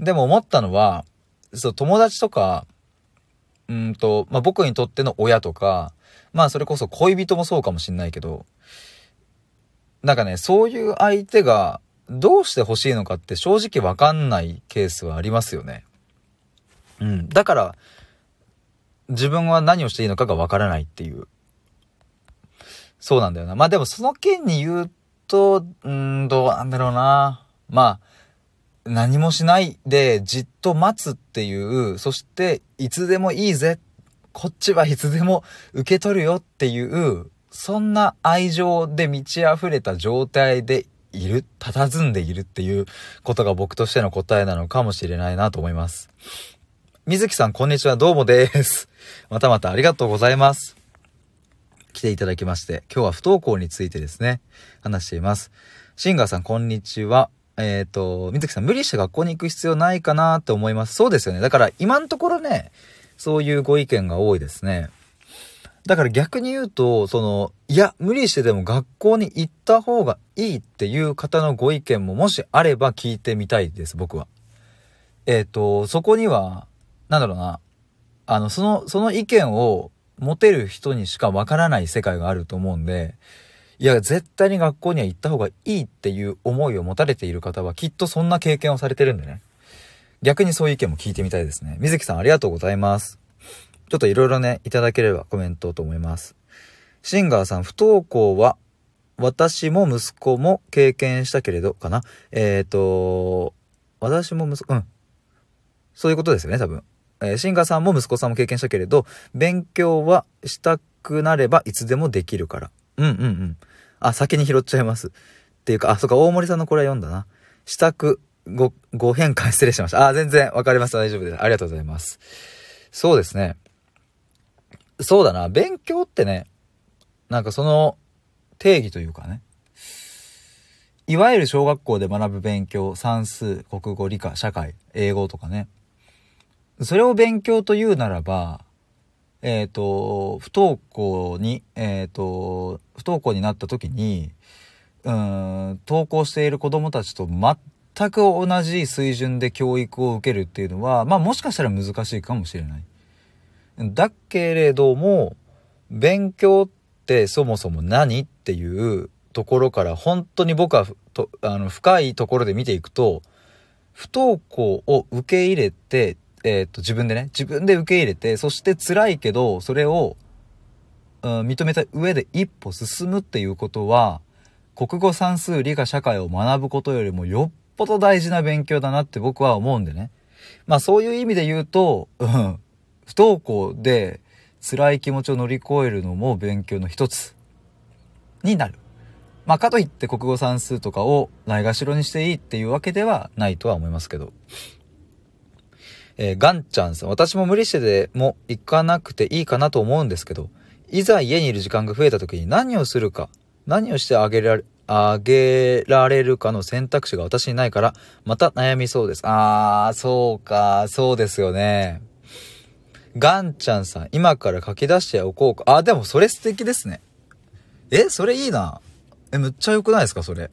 でも思ったのは、そう、友達とか、うーんと、まあ、僕にとっての親とか、まあそれこそ恋人もそうかもしんないけど、なんかね、そういう相手がどうして欲しいのかって正直わかんないケースはありますよね。うん。だから、自分は何をしていいのかがわからないっていう。そうなんだよな。まあでもその件に言うと、うーん、どうなんだろうな。まあ、何もしないでじっと待つっていう、そしていつでもいいぜ。こっちはいつでも受け取るよっていう、そんな愛情で満ち溢れた状態でいる、佇んでいるっていうことが僕としての答えなのかもしれないなと思います。水木さん、こんにちは。どうもです。またまたありがとうございます。来ていただきまして、今日は不登校についてですね、話しています。シンガーさん、こんにちは。えっと、水木さん、無理して学校に行く必要ないかなって思います。そうですよね。だから今のところね、そういうご意見が多いですね。だから逆に言うと、その、いや、無理してでも学校に行った方がいいっていう方のご意見ももしあれば聞いてみたいです、僕は。えっと、そこには、なんだろうな、あの、その、その意見を持てる人にしかわからない世界があると思うんで、いや、絶対に学校には行った方がいいっていう思いを持たれている方はきっとそんな経験をされてるんでね。逆にそういう意見も聞いてみたいですね。水木さん、ありがとうございます。ちょっといろいろね、いただければコメントと思います。シンガーさん、不登校は私も息子も経験したけれど、かな。えっと、私も息子、うん。そういうことですよね、多分。えー、シンガーさんも息子さんも経験したけれど、勉強はしたくなればいつでもできるから。うんうんうん。あ、先に拾っちゃいます。っていうか、あ、そっか、大森さんのこれは読んだな。したく、ご、ご変換失礼しました。あ、全然わかります。大丈夫です。ありがとうございます。そうですね。そうだな。勉強ってね、なんかその定義というかね。いわゆる小学校で学ぶ勉強、算数、国語、理科、社会、英語とかね。それを勉強というならば、えっと、不登校に、えっと、不登校になった時に、うーん、登校している子供たちと全く同じ水準で教育を受けるっていうのは、まあもしかしたら難しいかもしれない。だけれども、勉強ってそもそも何っていうところから本当に僕はとあの深いところで見ていくと、不登校を受け入れて、えー、っと自分でね自分で受け入れて、そして辛いけどそれを、うん、認めた上で一歩進むっていうことは、国語算数理科社会を学ぶことよりもよっぽど大事な勉強だなって僕は思うんでね。まあそういう意味で言うと、うん、不登校で辛い気持ちを乗り越えるのも勉強の一つになる。まあかといって国語算数とかをないがしろにしていいっていうわけではないとは思いますけど。えー、ガンちゃんさん、私も無理してでも行かなくていいかなと思うんですけど、いざ家にいる時間が増えた時に何をするか、何をしてあげられ、あげられるかの選択肢が私にないから、また悩みそうです。あー、そうか、そうですよね。ガンちゃんさん、今から書き出しておこうか。あ、でもそれ素敵ですね。え、それいいな。え、むっちゃ良くないですか、それ。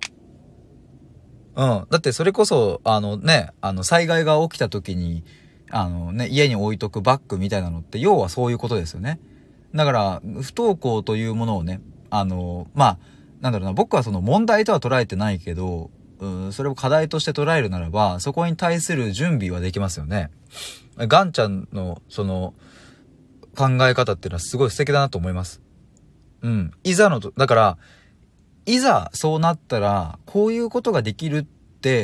うん。だってそれこそ、あのね、あの、災害が起きた時に、あのね、家に置いとくバッグみたいなのって、要はそういうことですよね。だから、不登校というものをね、あの、まあ、なんだろうな、僕はその問題とは捉えてないけど、うん、それを課題として捉えるならば、そこに対する準備はできますよね。ガンちゃんの、その、 考え方っていうのはすごい素敵だなと思います。うん。いざのと、だから、いざそうなったら、こういうことができるって、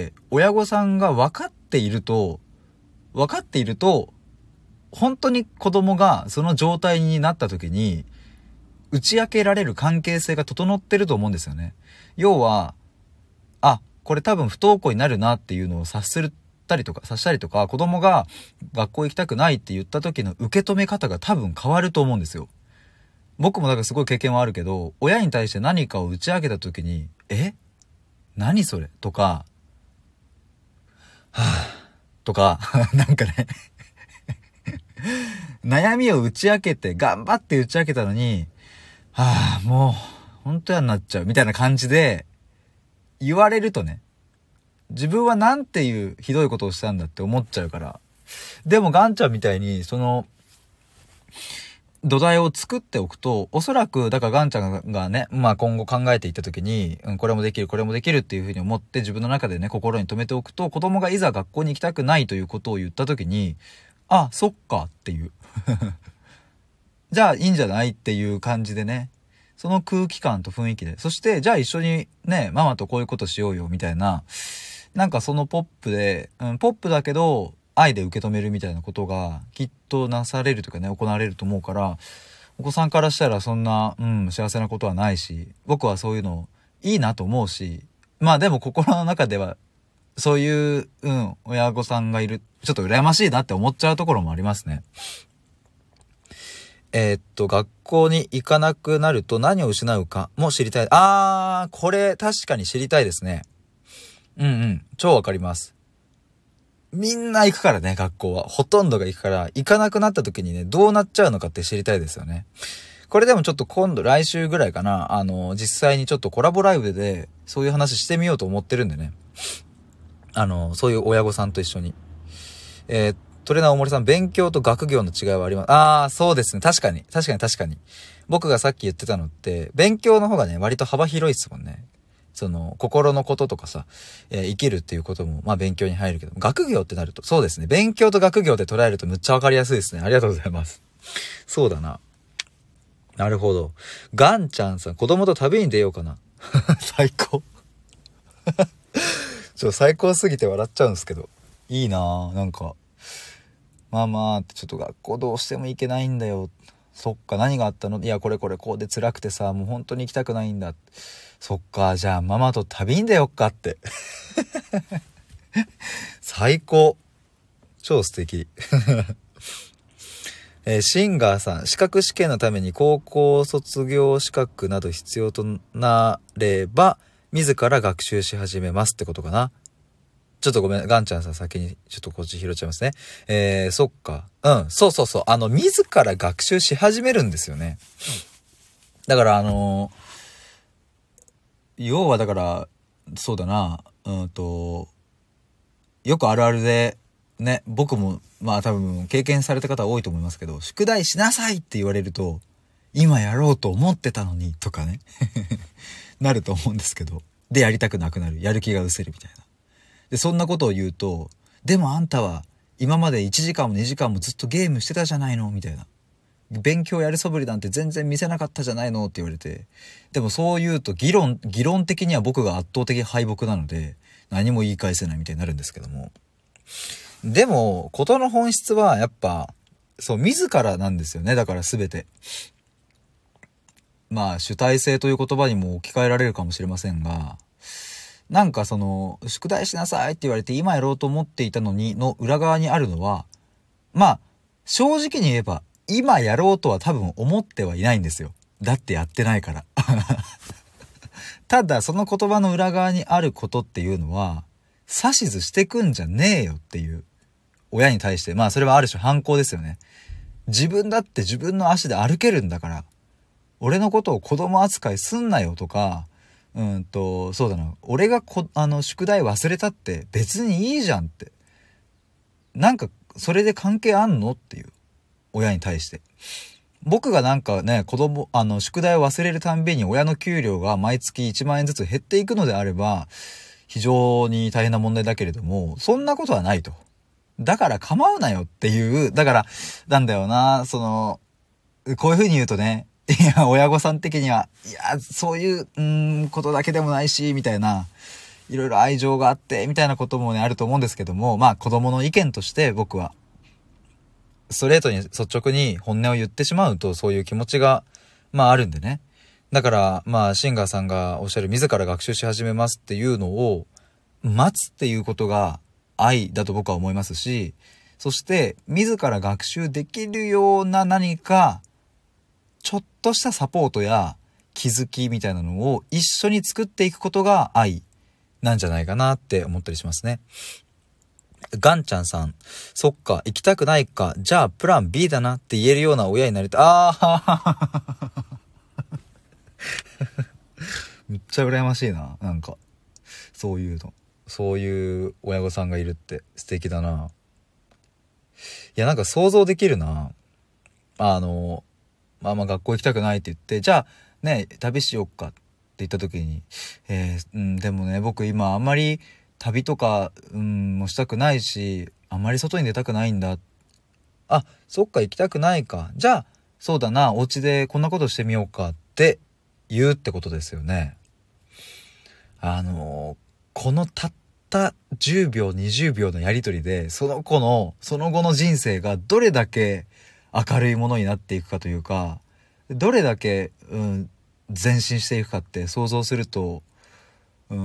親御さんが分かっていると、分かっていると、本当に子供がその状態になった時に、打ち明けられる関係性が整ってると思うんですよね。要は、あ、これ多分不登校になるなっていうのを察するたりとか、察したりとか、子供が学校行きたくないって言った時の受け止め方が多分変わると思うんですよ。僕もだからすごい経験はあるけど、親に対して何かを打ち明けた時に、え？何それ？とか、はぁ、とか、なんかね、悩みを打ち明けて、頑張って打ち明けたのに、はぁ、もう、本当やんなっちゃう、みたいな感じで、言われるとね、自分はなんていうひどいことをしたんだって思っちゃうから。でもガンちゃんみたいに、その、土台を作っておくと、おそらく、だからガンちゃんがね、まあ今後考えていった時に、うん、これもできる、これもできるっていうふうに思って自分の中でね、心に留めておくと、子供がいざ学校に行きたくないということを言った時に、あ、そっかっていう。じゃあいいんじゃないっていう感じでね、その空気感と雰囲気で、そしてじゃあ一緒にね、ママとこういうことしようよみたいな、なんかそのポップで、うん、ポップだけど、愛で受け止めるみたいなことがきっとなされるというかね、行われると思うから、お子さんからしたらそんな、うん、幸せなことはないし、僕はそういうのいいなと思うし、まあでも心の中では、そういう、うん、親御さんがいる、ちょっと羨ましいなって思っちゃうところもありますね。えー、っと、学校に行かなくなると何を失うかも知りたい。あー、これ確かに知りたいですね。うんうん、超わかります。みんな行くからね、学校は。ほとんどが行くから、行かなくなった時にね、どうなっちゃうのかって知りたいですよね。これでもちょっと今度来週ぐらいかな、あの、実際にちょっとコラボライブで、そういう話してみようと思ってるんでね。あの、そういう親御さんと一緒に。えー、トレーナー大森さん、勉強と学業の違いはあります。あー、そうですね。確かに。確かに確かに。僕がさっき言ってたのって、勉強の方がね、割と幅広いですもんね。その、心のこととかさ、えー、生きるっていうことも、まあ勉強に入るけど、学業ってなると、そうですね。勉強と学業で捉えるとむっちゃわかりやすいですね。ありがとうございます。そうだな。なるほど。ガンちゃんさん、子供と旅に出ようかな。最高。ちょ、最高すぎて笑っちゃうんですけど。いいなぁ、なんか。ママってちょっと学校どうしても行けないんだよ。そっか、何があったの？いや、これこれこうで辛くてさ、もう本当に行きたくないんだ。そっか、じゃあママと旅に出よっかって。最高。超素敵。えー、シンガーさん、資格試験のために高校卒業資格など必要となれば、自ら学習し始めますってことかな。ちょっとごめん、ガンちゃんさん先にちょっとこっち拾っちゃいますね。えー、そっか。うん、そうそうそう。あの、自ら学習し始めるんですよね。だからあのー、要はだから、そうだな、うんと、よくあるあるで、ね、僕も、まあ多分経験された方多いと思いますけど、宿題しなさいって言われると、今やろうと思ってたのに、とかね、なると思うんですけど、でやりたくなくなる、やる気が失せるみたいな。で、そんなことを言うと、でもあんたは今までいちじかんもにじかんもずっとゲームしてたじゃないのみたいな。勉強やる素振りなんて全然見せなかったじゃないのって言われて。でもそう言うと議論、議論的には僕が圧倒的敗北なので、何も言い返せないみたいになるんですけども。でも、事の本質はやっぱ、そう、自らなんですよね。だから全て。まあ、主体性という言葉にも置き換えられるかもしれませんが、なんかその、宿題しなさいって言われて今やろうと思っていたのにの裏側にあるのは、まあ、正直に言えば、今やろうとは多分思ってはいないんですよ。だってやってないから。ただ、その言葉の裏側にあることっていうのは、指図してくんじゃねえよっていう、親に対して、まあそれはある種反抗ですよね。自分だって自分の足で歩けるんだから、俺のことを子供扱いすんなよとか、うんと、そうだな。俺がこ、あの、宿題忘れたって別にいいじゃんって。なんか、それで関係あんのっていう。親に対して。僕がなんかね、子供、あの、宿題を忘れるたんびに親の給料が毎月いちまんえんずつ減っていくのであれば、非常に大変な問題だけれども、そんなことはないと。だから構うなよっていう、だから、なんだよな、その、 こういう風に言うとね、いや、親御さん的には、いや、そういう、うーん、ことだけでもないし、みたいな、いろいろ愛情があって、みたいなこともね、あると思うんですけども、まあ、子供の意見として僕は、ストレートに率直に本音を言ってしまうと、そういう気持ちが、まあ、あるんでね。だから、まあ、シンガーさんがおっしゃる自ら学習し始めますっていうのを、待つっていうことが愛だと僕は思いますし、そして、自ら学習できるような何か、ちょっとしたサポートや気づきみたいなのを一緒に作っていくことが愛なんじゃないかなって思ったりしますね。ガンちゃんさん、そっか、行きたくないか、じゃあプラン ビー だなって言えるような親になりたい。あーめっちゃ羨ましいな。なんか、そういうの。そういう親御さんがいるって素敵だな。いや、なんか想像できるな。あの、まあまあ学校行きたくないって言って、じゃあね、旅しよっかって言った時に、えー、うん、でもね、僕今あんまり旅とか、うん、もしたくないし、あんまり外に出たくないんだ。あ、そっか、行きたくないか。じゃあ、そうだな、お家でこんなことしてみようかって言うってことですよね。あの、このたったじゅうびょう、にじゅうびょうのやりとりで、その子の、その後の人生がどれだけ明るいものになっていくかというか、どれだけ、うん、前進していくかって想像すると、うん、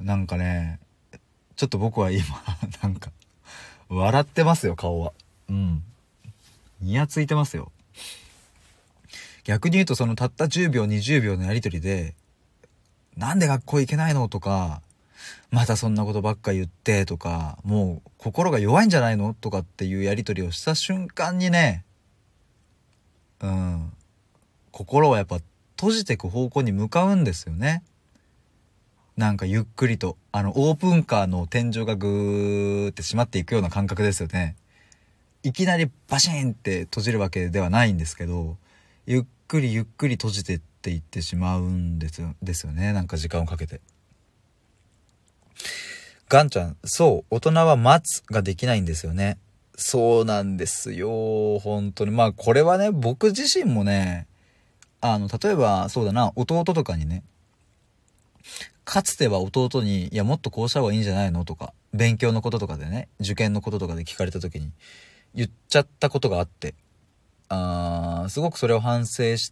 なんかね、ちょっと僕は今、なんか、笑ってますよ、顔は。うん。にやついてますよ。逆に言うと、そのたったじゅうびょう、にじゅうびょうのやりとりで、なんで学校行けないのとか、またそんなことばっか言ってとか、もう心が弱いんじゃないのとかっていうやりとりをした瞬間にね、うん、心はやっぱ閉じていく方向に向かうんですよね。なんかゆっくりと、あのオープンカーの天井がぐーって閉まっていくような感覚ですよね。いきなりバシーンって閉じるわけではないんですけど、ゆっくりゆっくり閉じてっていってしまうんですよ、ですよね。なんか時間をかけて。ガンちゃん、そう、大人は待つができないんですよね。そうなんですよ、本当に。まあこれはね、僕自身もね、あの例えばそうだな、弟とかにね、かつては弟に、いやもっとこうした方がいいんじゃないのとか、勉強のこととかでね、受験のこととかで聞かれた時に言っちゃったことがあって、あーすごくそれを反省して、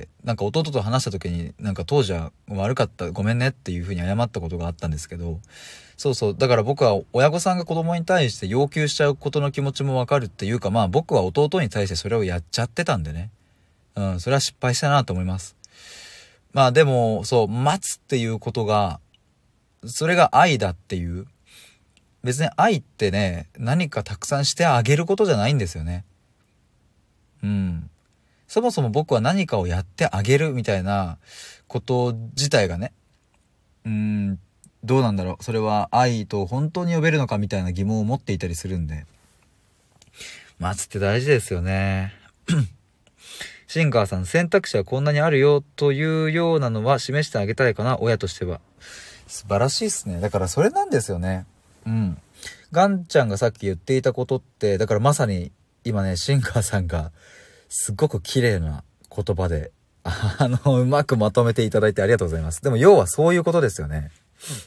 なんか弟と話した時に、なんか当時は悪かった、ごめんねっていう風に謝ったことがあったんですけど、そうそう、だから僕は親御さんが子供に対して要求しちゃうことの気持ちもわかるっていうか、まあ僕は弟に対してそれをやっちゃってたんでね、うん、それは失敗したなと思います。まあでも、そう、待つっていうことが、それが愛だっていう。別に愛ってね、何かたくさんしてあげることじゃないんですよね。うん。そもそも僕は何かをやってあげるみたいなこと自体がね、うーん、どうなんだろう。それは愛と本当に呼べるのかみたいな疑問を持っていたりするんで。待つって大事ですよね。シンガーさん、選択肢はこんなにあるよというようなのは示してあげたいかな、親としては。素晴らしいですね。だからそれなんですよね。うん。ガンちゃんがさっき言っていたことって、だからまさに今ね、シンガーさんがすっごく綺麗な言葉で、あの、うまくまとめていただいてありがとうございます。でも要はそういうことですよね。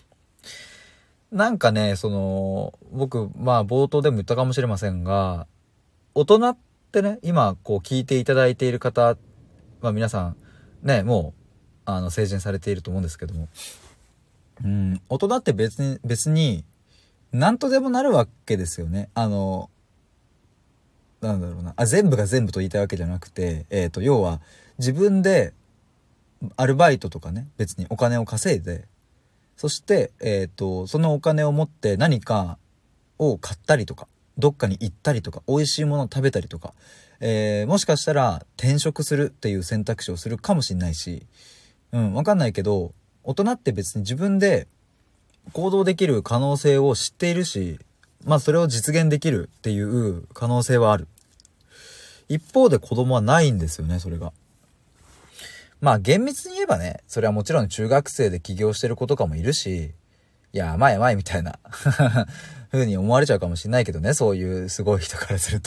なんかね、その、僕、まあ冒頭でも言ったかもしれませんが、大人ってね、今こう聞いていただいている方、まあ皆さん、ね、もう、あの、成人されていると思うんですけども、うん、大人って別に、別に、何とでもなるわけですよね。あの、なんだろうな。あ、全部が全部と言いたいわけじゃなくて、えっと、要は、自分で、アルバイトとかね、別にお金を稼いで、そして、えっと、そのお金を持って何かを買ったりとか、どっかに行ったりとか、美味しいものを食べたりとか、えー、もしかしたら転職するっていう選択肢をするかもしれないし、うん、わかんないけど、大人って別に自分で行動できる可能性を知っているし、まあそれを実現できるっていう可能性はある。一方で子供はないんですよね、それが。まあ厳密に言えばね、それはもちろん中学生で起業してる子とかもいるし、いや、甘い甘いみたいな風に思われちゃうかもしれないけどね、そういうすごい人からすると。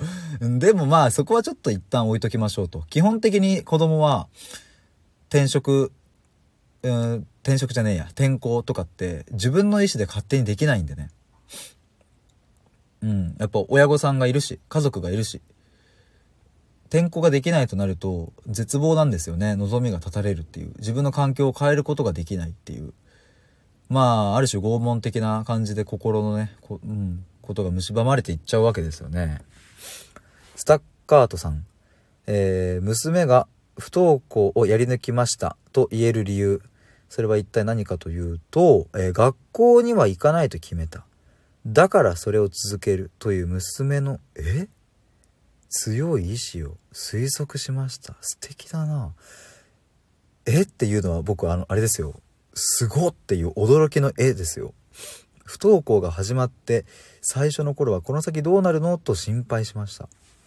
でもまあそこはちょっと一旦置いときましょうと。基本的に子供は転職、うん、転職じゃねえや、転校とかって自分の意思で勝手にできないんでね。うん。やっぱ親御さんがいるし、家族がいるし。転校ができないとなると絶望なんですよね。望みが絶たれるっていう。自分の環境を変えることができないっていう。まあ、ある種拷問的な感じで心のね、こ、うん、ことが蝕まれていっちゃうわけですよね。スタッカートさん。えー、娘が不登校をやり抜きましたと言える理由。それは一体何かというと、えー、学校には行かないと決めた。だからそれを続けるという娘の、え強い意志を推測しました。素敵だな。えっていうのは僕はあの、あれですよ。すごっていう驚きの絵ですよ。不登校が始まって最初の頃はこの先どうなるのと心配しました。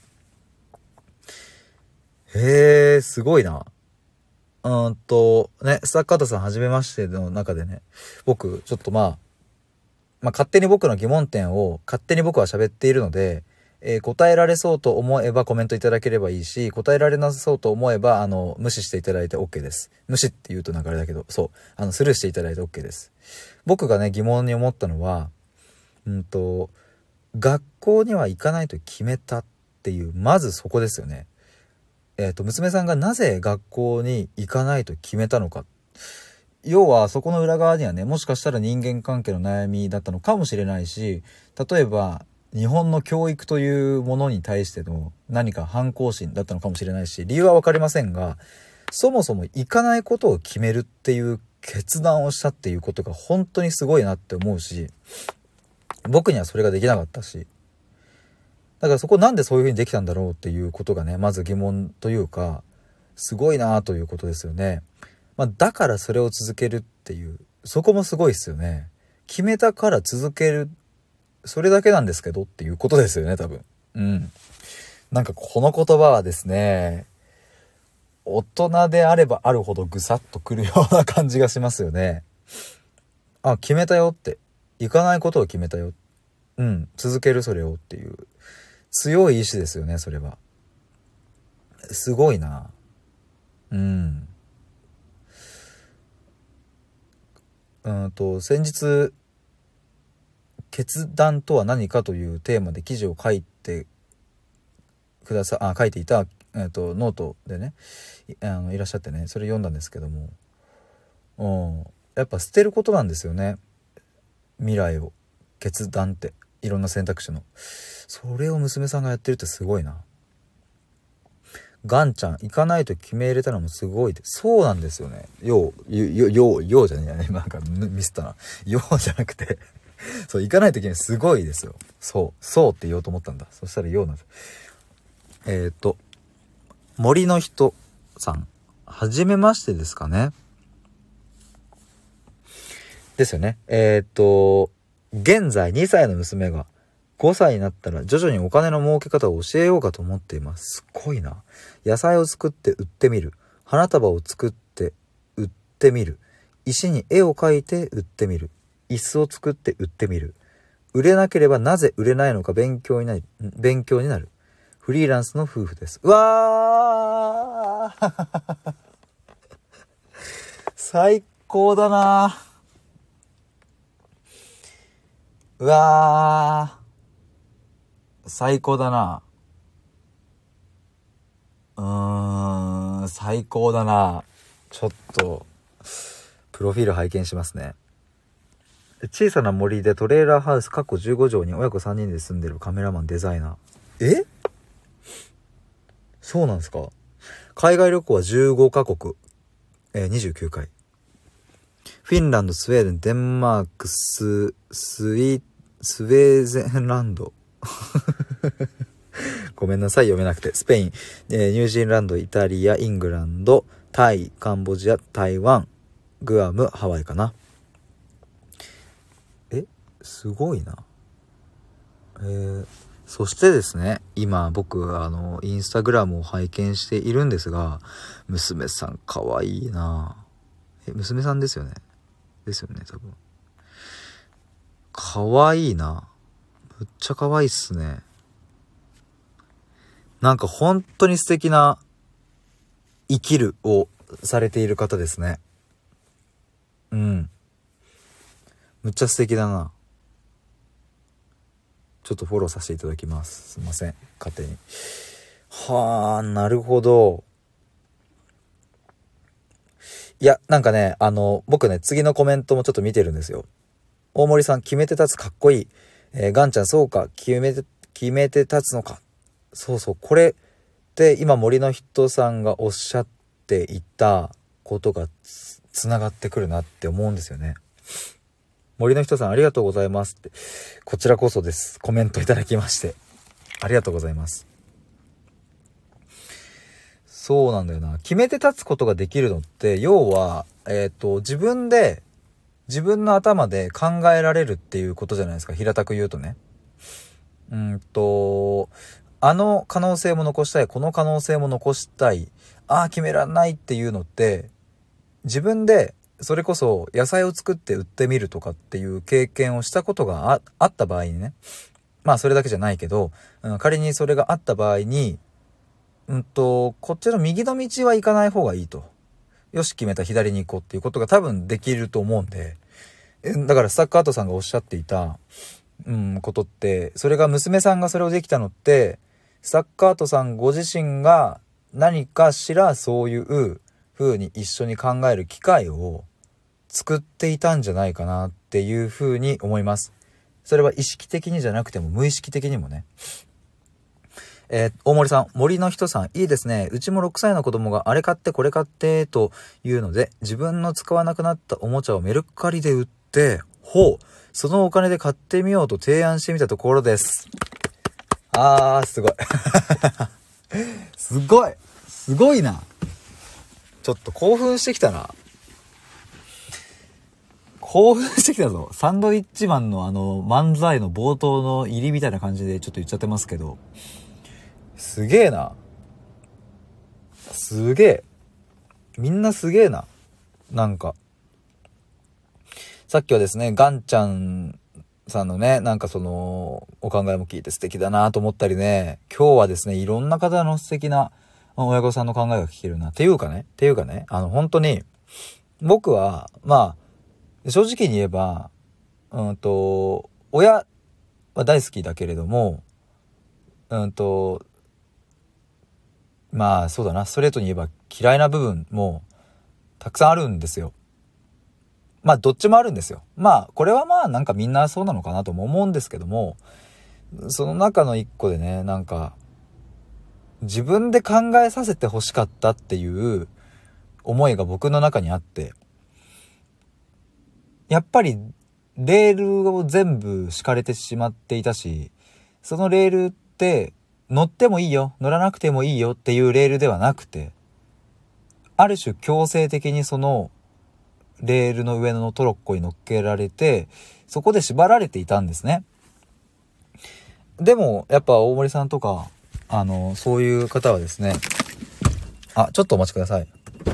へえ、すごいな。うーんと、ね、スタッカートさんはじめましての中でね、僕、ちょっとまあ、まあ勝手に僕の疑問点を勝手に僕は喋っているので、えー、答えられそうと思えばコメントいただければいいし、答えられなさそうと思えば、あの、無視していただいて OK です。無視って言うとなんかあれだけど、そう、あの、スルーしていただいて OK です。僕がね、疑問に思ったのは、うんと、学校には行かないと決めたっていう、まずそこですよね。えっと、娘さんがなぜ学校に行かないと決めたのか。要はそこの裏側にはね、もしかしたら人間関係の悩みだったのかもしれないし、例えば日本の教育というものに対しての何か反抗心だったのかもしれないし、理由は分かりませんが、そもそも行かないことを決めるっていう決断をしたっていうことが本当にすごいなって思うし、僕にはそれができなかったし、だからそこなんでそういう風にできたんだろうっていうことがね、まず疑問というか、すごいなということですよね。まあ、だからそれを続けるっていう、そこもすごいですよね。決めたから続ける、それだけなんですけどっていうことですよね、多分。うん。なんかこの言葉はですね、大人であればあるほどぐさっとくるような感じがしますよね。あ、決めたよって。行かないことを決めたよ。うん、続けるそれをっていう。強い意志ですよね、それは。すごいな。うん。うんと、先日、決断とは何かというテーマで記事を書いてくださ、あ、書いていた、えっと、ノートでね、い、あの、いらっしゃってね、それ読んだんですけども、うん、やっぱ捨てることなんですよね。未来を。決断って。いろんな選択肢の。それを娘さんがやってるってすごいな。ガンちゃん、行かないと決め入れたのもすごいで。そうなんですよね。よう、よ、よう、ようじゃねえやね。なんかミスったな。ようじゃなくてそう、行かないといけない。すごいですよ。そう、そうって言おうと思ったんだ。そしたらようなんです。えっと、森の人さん。はじめましてですかね。ですよね。えっと、現在にさいの娘がごさいになったら徐々にお金の儲け方を教えようかと思っています。すごいな。野菜を作って売ってみる。花束を作って売ってみる。石に絵を描いて売ってみる。椅子を作って売ってみる。売れなければなぜ売れないのか勉強になる。勉強になる。フリーランスの夫婦です。うわー最高だな。うわー最高だな。うーん、最高だな。ちょっと、プロフィール拝見しますね。小さな森でトレーラーハウス、過去じゅうごじょうに親子さんにんで住んでるカメラマン、デザイナー。えそうなんですか？海外旅行はじゅうごカ国、えー、にじゅうきゅうかい。フィンランド、スウェーデン、デンマーク、ス、スイ、スウェーデンランド。ごめんなさい、読めなくて。スペイン、えー、ニュージーランド、イタリア、イングランド、タイ、カンボジア、台湾、グアム、ハワイかな。え、すごいな。えー、そしてですね、今僕、あの、インスタグラムを拝見しているんですが、娘さんかわいいな。え、娘さんですよね。ですよね、多分。かわいいな。むっちゃかわいいっすね。 なんか本当に素敵な生きるをされている方ですね。うん。むっちゃ素敵だな。ちょっとフォローさせていただきます。すいません。勝手に。はあ、なるほど。いや、なんかね、あの、僕ね、次のコメントもちょっと見てるんですよ。大森さん、決めて立つかっこいい。えー、ガンちゃん、そうか、決めて、決めて立つのか。そうそう、これって今森の人さんがおっしゃっていたことがつ、つながってくるなって思うんですよね。森の人さん、ありがとうございますって。こちらこそです。コメントいただきまして。ありがとうございます。そうなんだよな。決めて立つことができるのって、要は、えっと、自分で、自分の頭で考えられるっていうことじゃないですか。平たく言うとね。うんと、あの可能性も残したい、この可能性も残したい、ああ、決めらんないっていうのって、自分で、それこそ野菜を作って売ってみるとかっていう経験をしたことが あ, あった場合にね。まあそれだけじゃないけど、うん、仮にそれがあった場合に、うんと、こっちの右の道は行かない方がいいと。よし、決めた左に行こうっていうことが多分できると思うんで。だからスタッカートさんがおっしゃっていた、うん、ことって、それが娘さんがそれをできたのって、スタッカートさんご自身が何かしらそういう風に一緒に考える機会を作っていたんじゃないかなっていう風に思います。それは意識的にじゃなくても無意識的にもね。えー、大森さん、森の人さん、いいですね。うちもろくさいの子供があれ買ってこれ買ってというので、自分の使わなくなったおもちゃをメルカリで売って、ほう、そのお金で買ってみようと提案してみたところです。あー、すごい。すごい。すごいな。ちょっと興奮してきたな。興奮してきたぞ。サンドイッチマンのあの漫才の冒頭の入りみたいな感じでちょっと言っちゃってますけど、すげえな。すげえ。みんなすげえな。なんか。さっきはですね、ガンちゃんさんのね、なんかその、お考えも聞いて素敵だなと思ったりね、今日はですね、いろんな方の素敵な親御さんの考えが聞けるな。っていうかね、っていうかね、あの、本当に、僕は、まあ、正直に言えば、うんと、親は大好きだけれども、うんと、まあそうだな、ストレートに言えば嫌いな部分もたくさんあるんですよ。まあどっちもあるんですよ。まあこれはまあなんかみんなそうなのかなとも思うんですけども、その中の一個でね、なんか自分で考えさせて欲しかったっていう思いが僕の中にあって、やっぱりレールを全部敷かれてしまっていたし、そのレールって乗ってもいいよ、乗らなくてもいいよっていうレールではなくて、ある種強制的にそのレールの上のトロッコに乗っけられて、そこで縛られていたんですね。でもやっぱ大森さんとかあのそういう方はですね、あ、ちょっとお待ちください。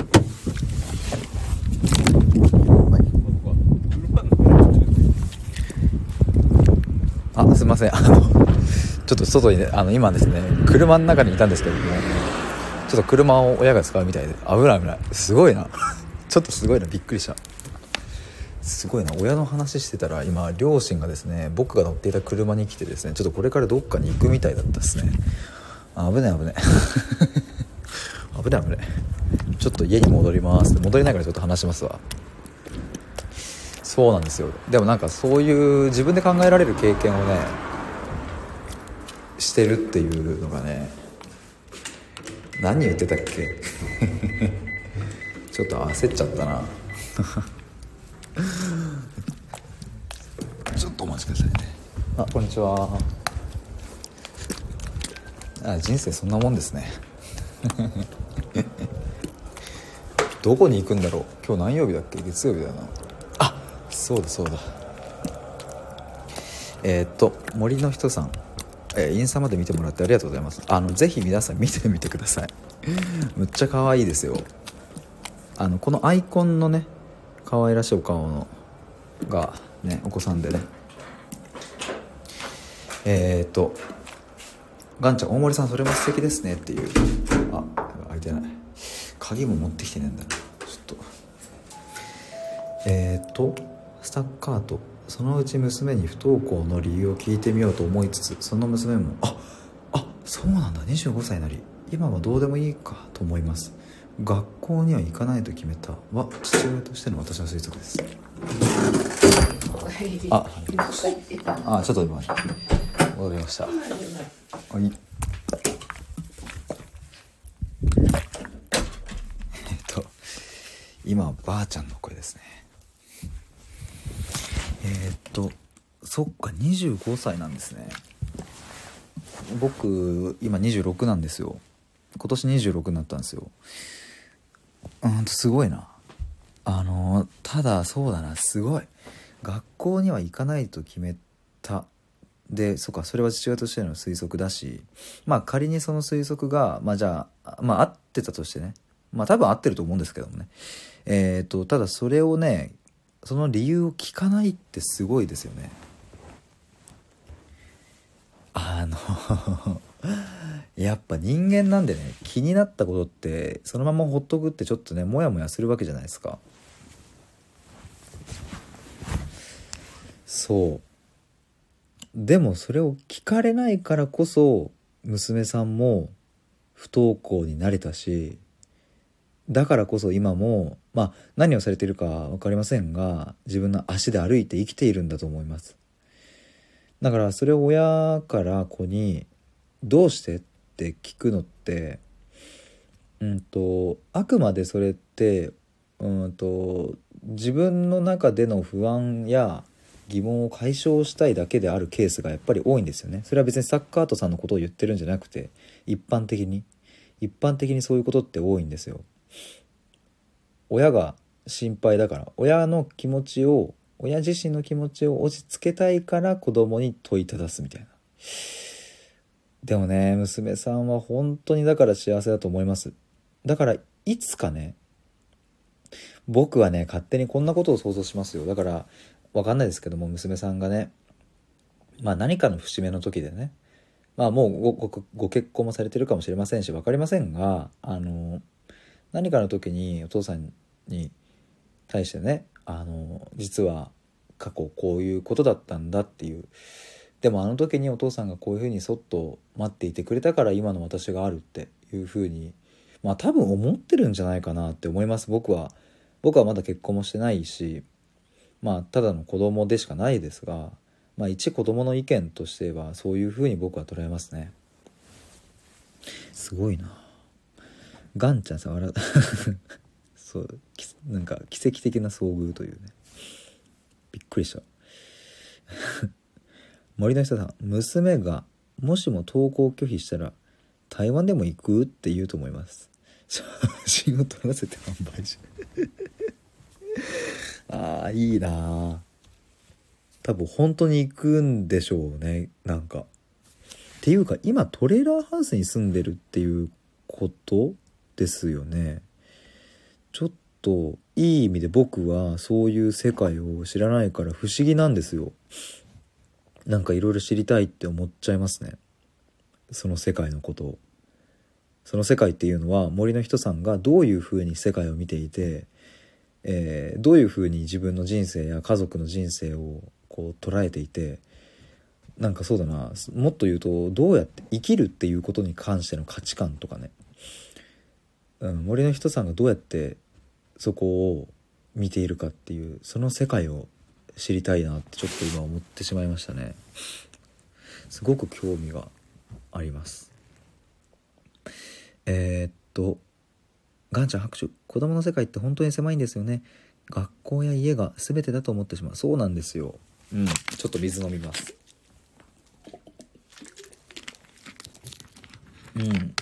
あ、すいません。あのちょっと外にね、あの今ですね、車の中にいたんですけども、ちょっと車を親が使うみたいで危ない危ない。すごいな。ちょっとすごいな、びっくりした。すごいな、親の話してたら今両親がですね、僕が乗っていた車に来てですね、ちょっとこれからどっかに行くみたいだったですね。あ、危ない危ない危ない危ない。ちょっと家に戻ります。戻りながらちょっと話しますわ。そうなんですよ。でもなんかそういう自分で考えられる経験をねしてるっていうのがね、何言ってたっけちょっと焦っちゃったなちょっとお待ちくださいね。あ、こんにちは。あ、人生そんなもんですねどこに行くんだろう。今日何曜日だっけ。月曜日だな。あ、そうだそうだ。えー、っと森の人さん、えー、インスタまで見てもらってありがとうございます。あのぜひ皆さん見てみてくださいむっちゃ可愛いですよ。あのこのアイコンのね、可愛らしいお顔のがね、お子さんでね、えー、っとガンちゃん、大森さんそれも素敵ですねっていう。あ、開いてない。鍵も持ってきてねえんだな。ちょっとえー、っとスタッカート、そのうち娘に不登校の理由を聞いてみようと思いつつ、その娘もああそうなんだ、にじゅうごさいになり今はどうでもいいかと思います。学校には行かないと決めたは父親としての私の推測です。ああ、ちょっと今戻りました。はい。えっと今はばあちゃんの声ですね。えー、っとそっか、にじゅうごさいなんですね。僕今にじゅうろくなんですよ。今年にじゅうろくになったんですよ。うんとすごいな。あのただそうだな、すごい学校には行かないと決めたで、そっか、それは父親としての推測だし、まあ仮にその推測がまあじゃあまあ合ってたとしてね、まあ多分合ってると思うんですけどもね、えっとただそれをね、その理由を聞かないってすごいですよね。あのやっぱ人間なんでね、気になったことってそのままほっとくってちょっとねモヤモヤするわけじゃないですか。そうでもそれを聞かれないからこそ娘さんも不登校になれたし、だからこそ今もまあ何をされているか分かりませんが、自分の足で歩いて生きているんだと思います。だからそれを親から子にどうしてって聞くのってうんとあくまでそれってうんと自分の中での不安や疑問を解消したいだけであるケースがやっぱり多いんですよね。それは別にサッカートさんのことを言ってるんじゃなくて、一般的に一般的にそういうことって多いんですよ。親が心配だから、親の気持ちを親自身の気持ちを落ち着けたいから子供に問いただすみたいな。でもね、娘さんは本当にだから幸せだと思います。だからいつかね、僕はね勝手にこんなことを想像しますよ。だからわかんないですけども、娘さんがね、まあ何かの節目の時でね、まあもうご、ご、ご結婚もされてるかもしれませんし分かりませんが、あの何かの時にお父さんに対してね、あの実は過去こういうことだったんだっていう、でもあの時にお父さんがこういうふうにそっと待っていてくれたから今の私があるっていうふうに、まあ多分思ってるんじゃないかなって思います。僕は僕はまだ結婚もしてないし、まあただの子供でしかないですが、まあ一子供の意見としてはそういうふうに僕は捉えますね。すごいな。ガンちゃんさ笑そうなんか奇跡的な遭遇というね、びっくりした。森の人さん、娘がもしも登校拒否したら台湾でも行くって言うと思います。写真を撮らせて販売しああいいな。多分本当に行くんでしょうね。なんかっていうか今トレーラーハウスに住んでるっていうことですよね。ちょっといい意味で僕はそういう世界を知らないから不思議なんですよ。なんかいろいろ知りたいって思っちゃいますね、その世界のことを。その世界っていうのは森の人さんがどういうふうに世界を見ていて、えー、どういうふうに自分の人生や家族の人生をこう捉えていて、なんかそうだな、もっと言うとどうやって生きるっていうことに関しての価値観とかね、うん、森の人さんがどうやってそこを見ているかっていう、その世界を知りたいなってちょっと今思ってしまいましたね。すごく興味があります。えー、っとガンちゃん拍手。子供の世界って本当に狭いんですよね。学校や家が全てだと思ってしまう。そうなんですよ。うん、ちょっと水飲みます。うん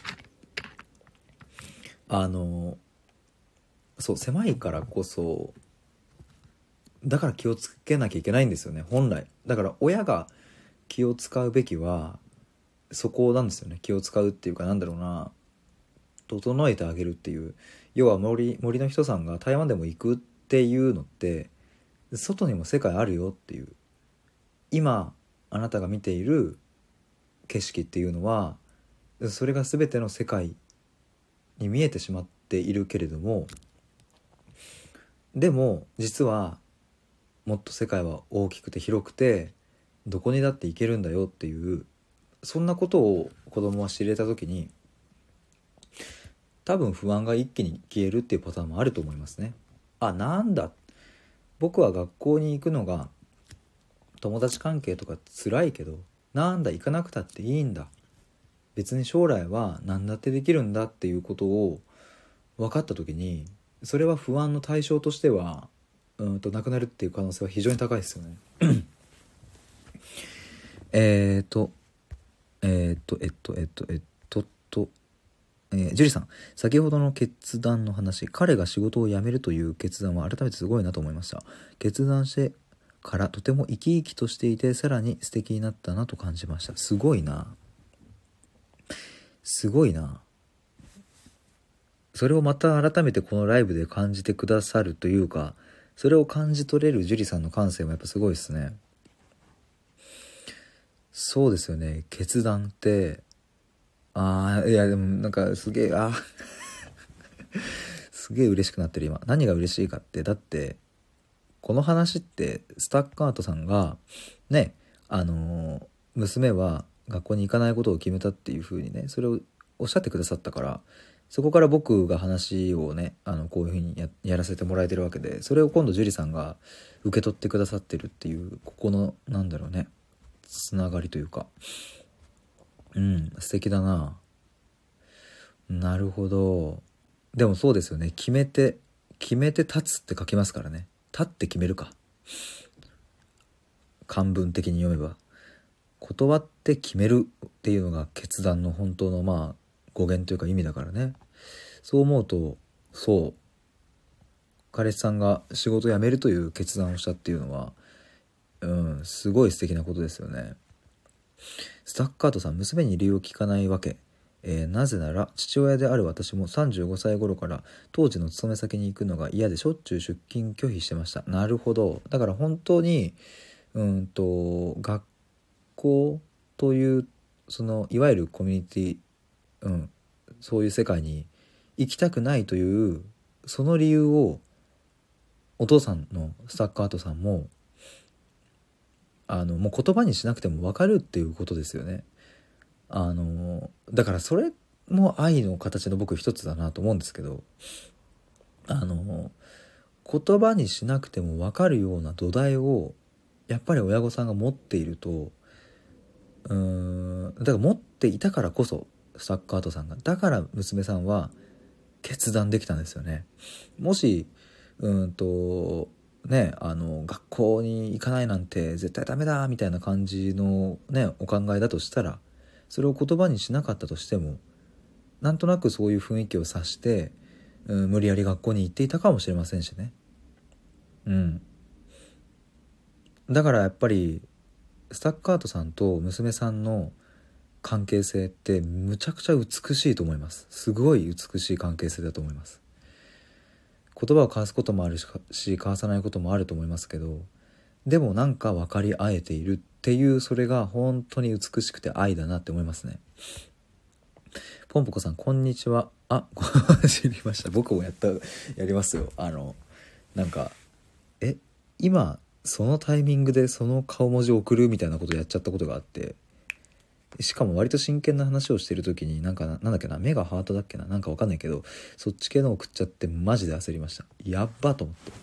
あのそう狭いからこそ、だから気をつけなきゃいけないんですよね、本来。だから親が気を使うべきはそこなんですよね。気を使うっていうか、なんだろうな、整えてあげるっていう。要は森森の人さんが台湾でも行くっていうのって、外にも世界あるよっていう。今あなたが見ている景色っていうのはそれが全ての世界に見えてしまっているけれども、でも実はもっと世界は大きくて広くてどこにだって行けるんだよっていう、そんなことを子供は知れた時に多分不安が一気に消えるっていうパターンもあると思いますね。あ、なんだ、僕は学校に行くのが友達関係とか辛いけど、なんだ行かなくたっていいんだ、別に将来は何だってできるんだっていうことを分かった時に、それは不安の対象としてはうんとなくなるっていう可能性は非常に高いですよねえーとえーとえっとえっとえっととえー、ジュリさん、先ほどの決断の話、彼が仕事を辞めるという決断は改めてすごいなと思いました。決断してからとても生き生きとしていて、さらに素敵になったなと感じました。すごいな、すごいな。それをまた改めてこのライブで感じてくださるというか、それを感じ取れるジュリさんの感性もやっぱすごいですね。そうですよね、決断って、あーいやでもなんかすげえあすげえ嬉しくなってる今。何が嬉しいかって、だってこの話ってスタッカートさんがね、あのー娘は学校に行かないことを決めたっていう風にね、それをおっしゃってくださったから、そこから僕が話をね、あのこういう風に や, やらせてもらえてるわけで、それを今度樹里さんが受け取ってくださってるっていう、ここのなんだろうね、つながりというか、うん素敵だな。なるほど。でもそうですよね、決めて決めて立つって書きますからね。立って決めるか、漢文的に読めば断って決めるっていうのが決断の本当のまあ語源というか意味だからね。そう思うと、そう彼氏さんが仕事を辞めるという決断をしたっていうのは、うんすごい素敵なことですよね。スタッカートさん、娘に理由を聞かないわけ、えー、なぜなら父親である私もさんじゅうごさい頃から当時の勤め先に行くのが嫌でしょっちゅう出勤拒否してました。なるほど。だから本当にうんと学校というそのいわゆるコミュニティ、うん、そういう世界に行きたくないというその理由をお父さんのスタッカートさんもあのもう言葉にしなくても分かるっていうことですよね。あのだからそれも愛の形の僕一つだなと思うんですけど、あの言葉にしなくても分かるような土台をやっぱり親御さんが持っていると、うーんだから持っていたからこそスタッカートさんが、だから娘さんは決断できたんですよね。もしうーんとねあの学校に行かないなんて絶対ダメだみたいな感じのねお考えだとしたら、それを言葉にしなかったとしてもなんとなくそういう雰囲気を察して、うん、無理やり学校に行っていたかもしれませんしね。うんだからやっぱりスタッカートさんと娘さんの関係性ってむちゃくちゃ美しいと思います。すごい美しい関係性だと思います。言葉を交わすこともあるし交わさないこともあると思いますけど、でもなんか分かり合えているっていう、それが本当に美しくて愛だなって思いますね。ポンポコさんこんにちは。あ知りました。僕もやったやりますよ。あのなんかえ今そのタイミングでその顔文字を送るみたいなことやっちゃったことがあって、しかも割と真剣な話をしてる時になんかなんだっけな、目がハートだっけな、なんかわかんないけどそっち系の送っちゃってマジで焦りました。やっばと思って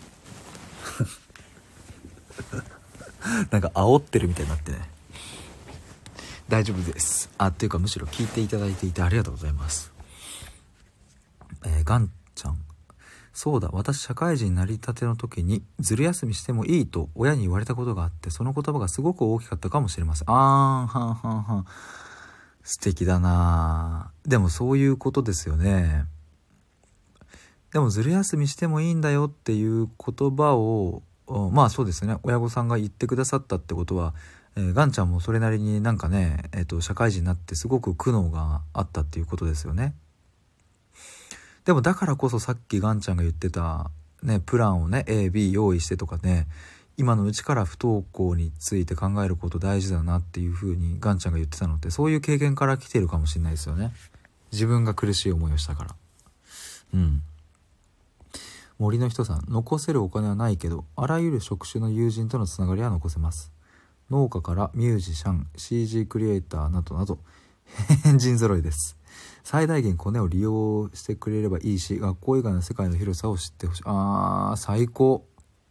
なんか煽ってるみたいになってね。大丈夫です。あっていうかむしろ聞いていただいていてありがとうございます。えー、ガンちゃん、そうだ、私社会人になりたての時にずる休みしてもいいと親に言われたことがあって、その言葉がすごく大きかったかもしれません。あーはんはんはん、素敵だな。でもそういうことですよね。でもずる休みしてもいいんだよっていう言葉をまあそうですね、親御さんが言ってくださったってことは、えー、ガンちゃんもそれなりになんかね、えーと、社会人になってすごく苦悩があったっていうことですよね。でもだからこそさっきガンちゃんが言ってたね、プランをね エービー 用意してとかね今のうちから不登校について考えること大事だなっていう風にガンちゃんが言ってたのって、そういう経験から来てるかもしれないですよね。自分が苦しい思いをしたから。うん。森の人さん、残せるお金はないけど、あらゆる職種の友人とのつながりは残せます。農家からミュージシャン、シージー クリエイターなどなど、変人揃いです。最大限コネを利用してくれればいいし、学校以外の世界の広さを知ってほしい。あー、最高。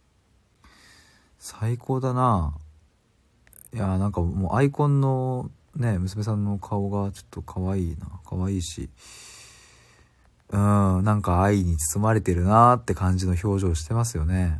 最高だな。いやー、なんかもうアイコンのね、娘さんの顔がちょっと可愛いな。可愛いし。うん、なんか愛に包まれてるなーって感じの表情してますよね。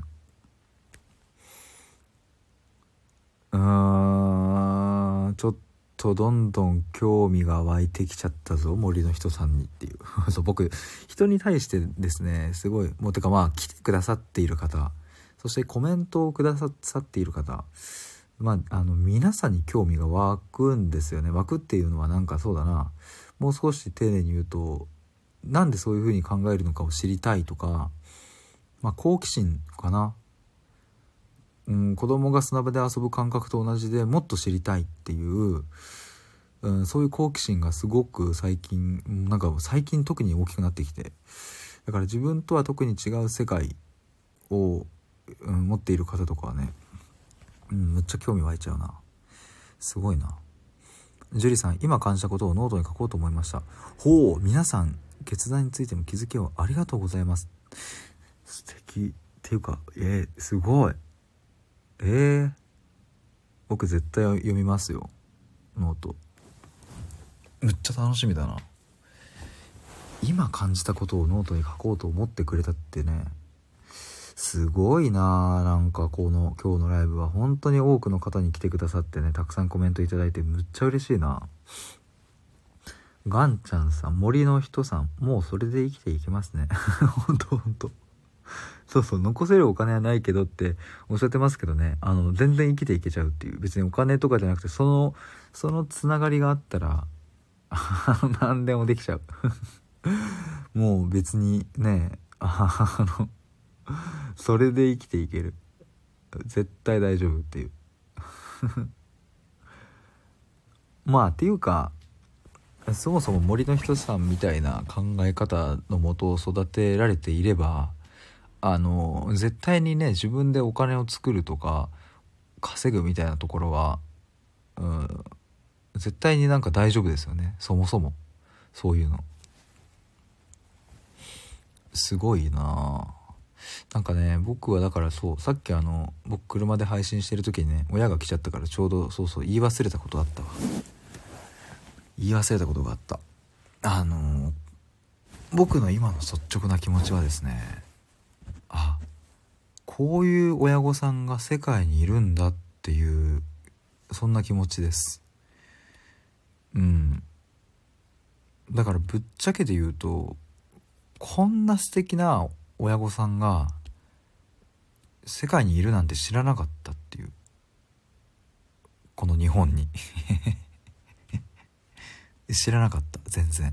うーん、ちょっとどんどん興味が湧いてきちゃったぞ、森の人さんにっていう。そう、僕、人に対してですね、すごい、もうてかまあ、来てくださっている方、そしてコメントをくださっている方、まあ、あの、皆さんに興味が湧くんですよね。湧くっていうのはなんかそうだな、もう少し丁寧に言うと、なんでそういう風に考えるのかを知りたいとか、まあ、好奇心かな。うん、子供が砂場で遊ぶ感覚と同じでもっと知りたいっていう、うん、そういう好奇心がすごく最近、なんか最近特に大きくなってきて、だから自分とは特に違う世界を、うん、持っている方とかはね、うん、めっちゃ興味湧いちゃうな。すごいな。ジュリさん、今感じたことをノートに書こうと思いました。ほう、皆さん決断についての気づきをありがとうございます。素敵っていうか、えー、すごい。えー、僕絶対読みますよ、ノート。めっちゃ楽しみだな。今感じたことをノートに書こうと思ってくれたってね、すごいな。なんかこの今日のライブは本当に多くの方に来てくださってね、たくさんコメントいただいてむっちゃ嬉しいな。ガンちゃんさん、森の人さん、もうそれで生きていけますね。ほんとほんと。そうそう、残せるお金はないけどっておっしゃってますけどね、あの全然生きていけちゃうっていう、別にお金とかじゃなくて、そのそのつながりがあったら何でもできちゃう。もう別にね、あのそれで生きていける、絶対大丈夫っていうまあっていうか、そもそも森の人さんみたいな考え方のもとを育てられていれば、あの絶対にね、自分でお金を作るとか稼ぐみたいなところは、うん、絶対になんか大丈夫ですよね。そもそもそういうのすごいな。なんかね、僕はだからそう、さっきあの僕車で配信してる時にね、親が来ちゃったから、ちょうどそうそう言い忘れたことあったわ。言い忘れたことがあった。あの僕の今の率直な気持ちはですね、あ、こういう親御さんが世界にいるんだっていう、そんな気持ちです。うん。だからぶっちゃけて言うと、こんな素敵な親御さんが世界にいるなんて知らなかったっていう、この日本に知らなかった、全然。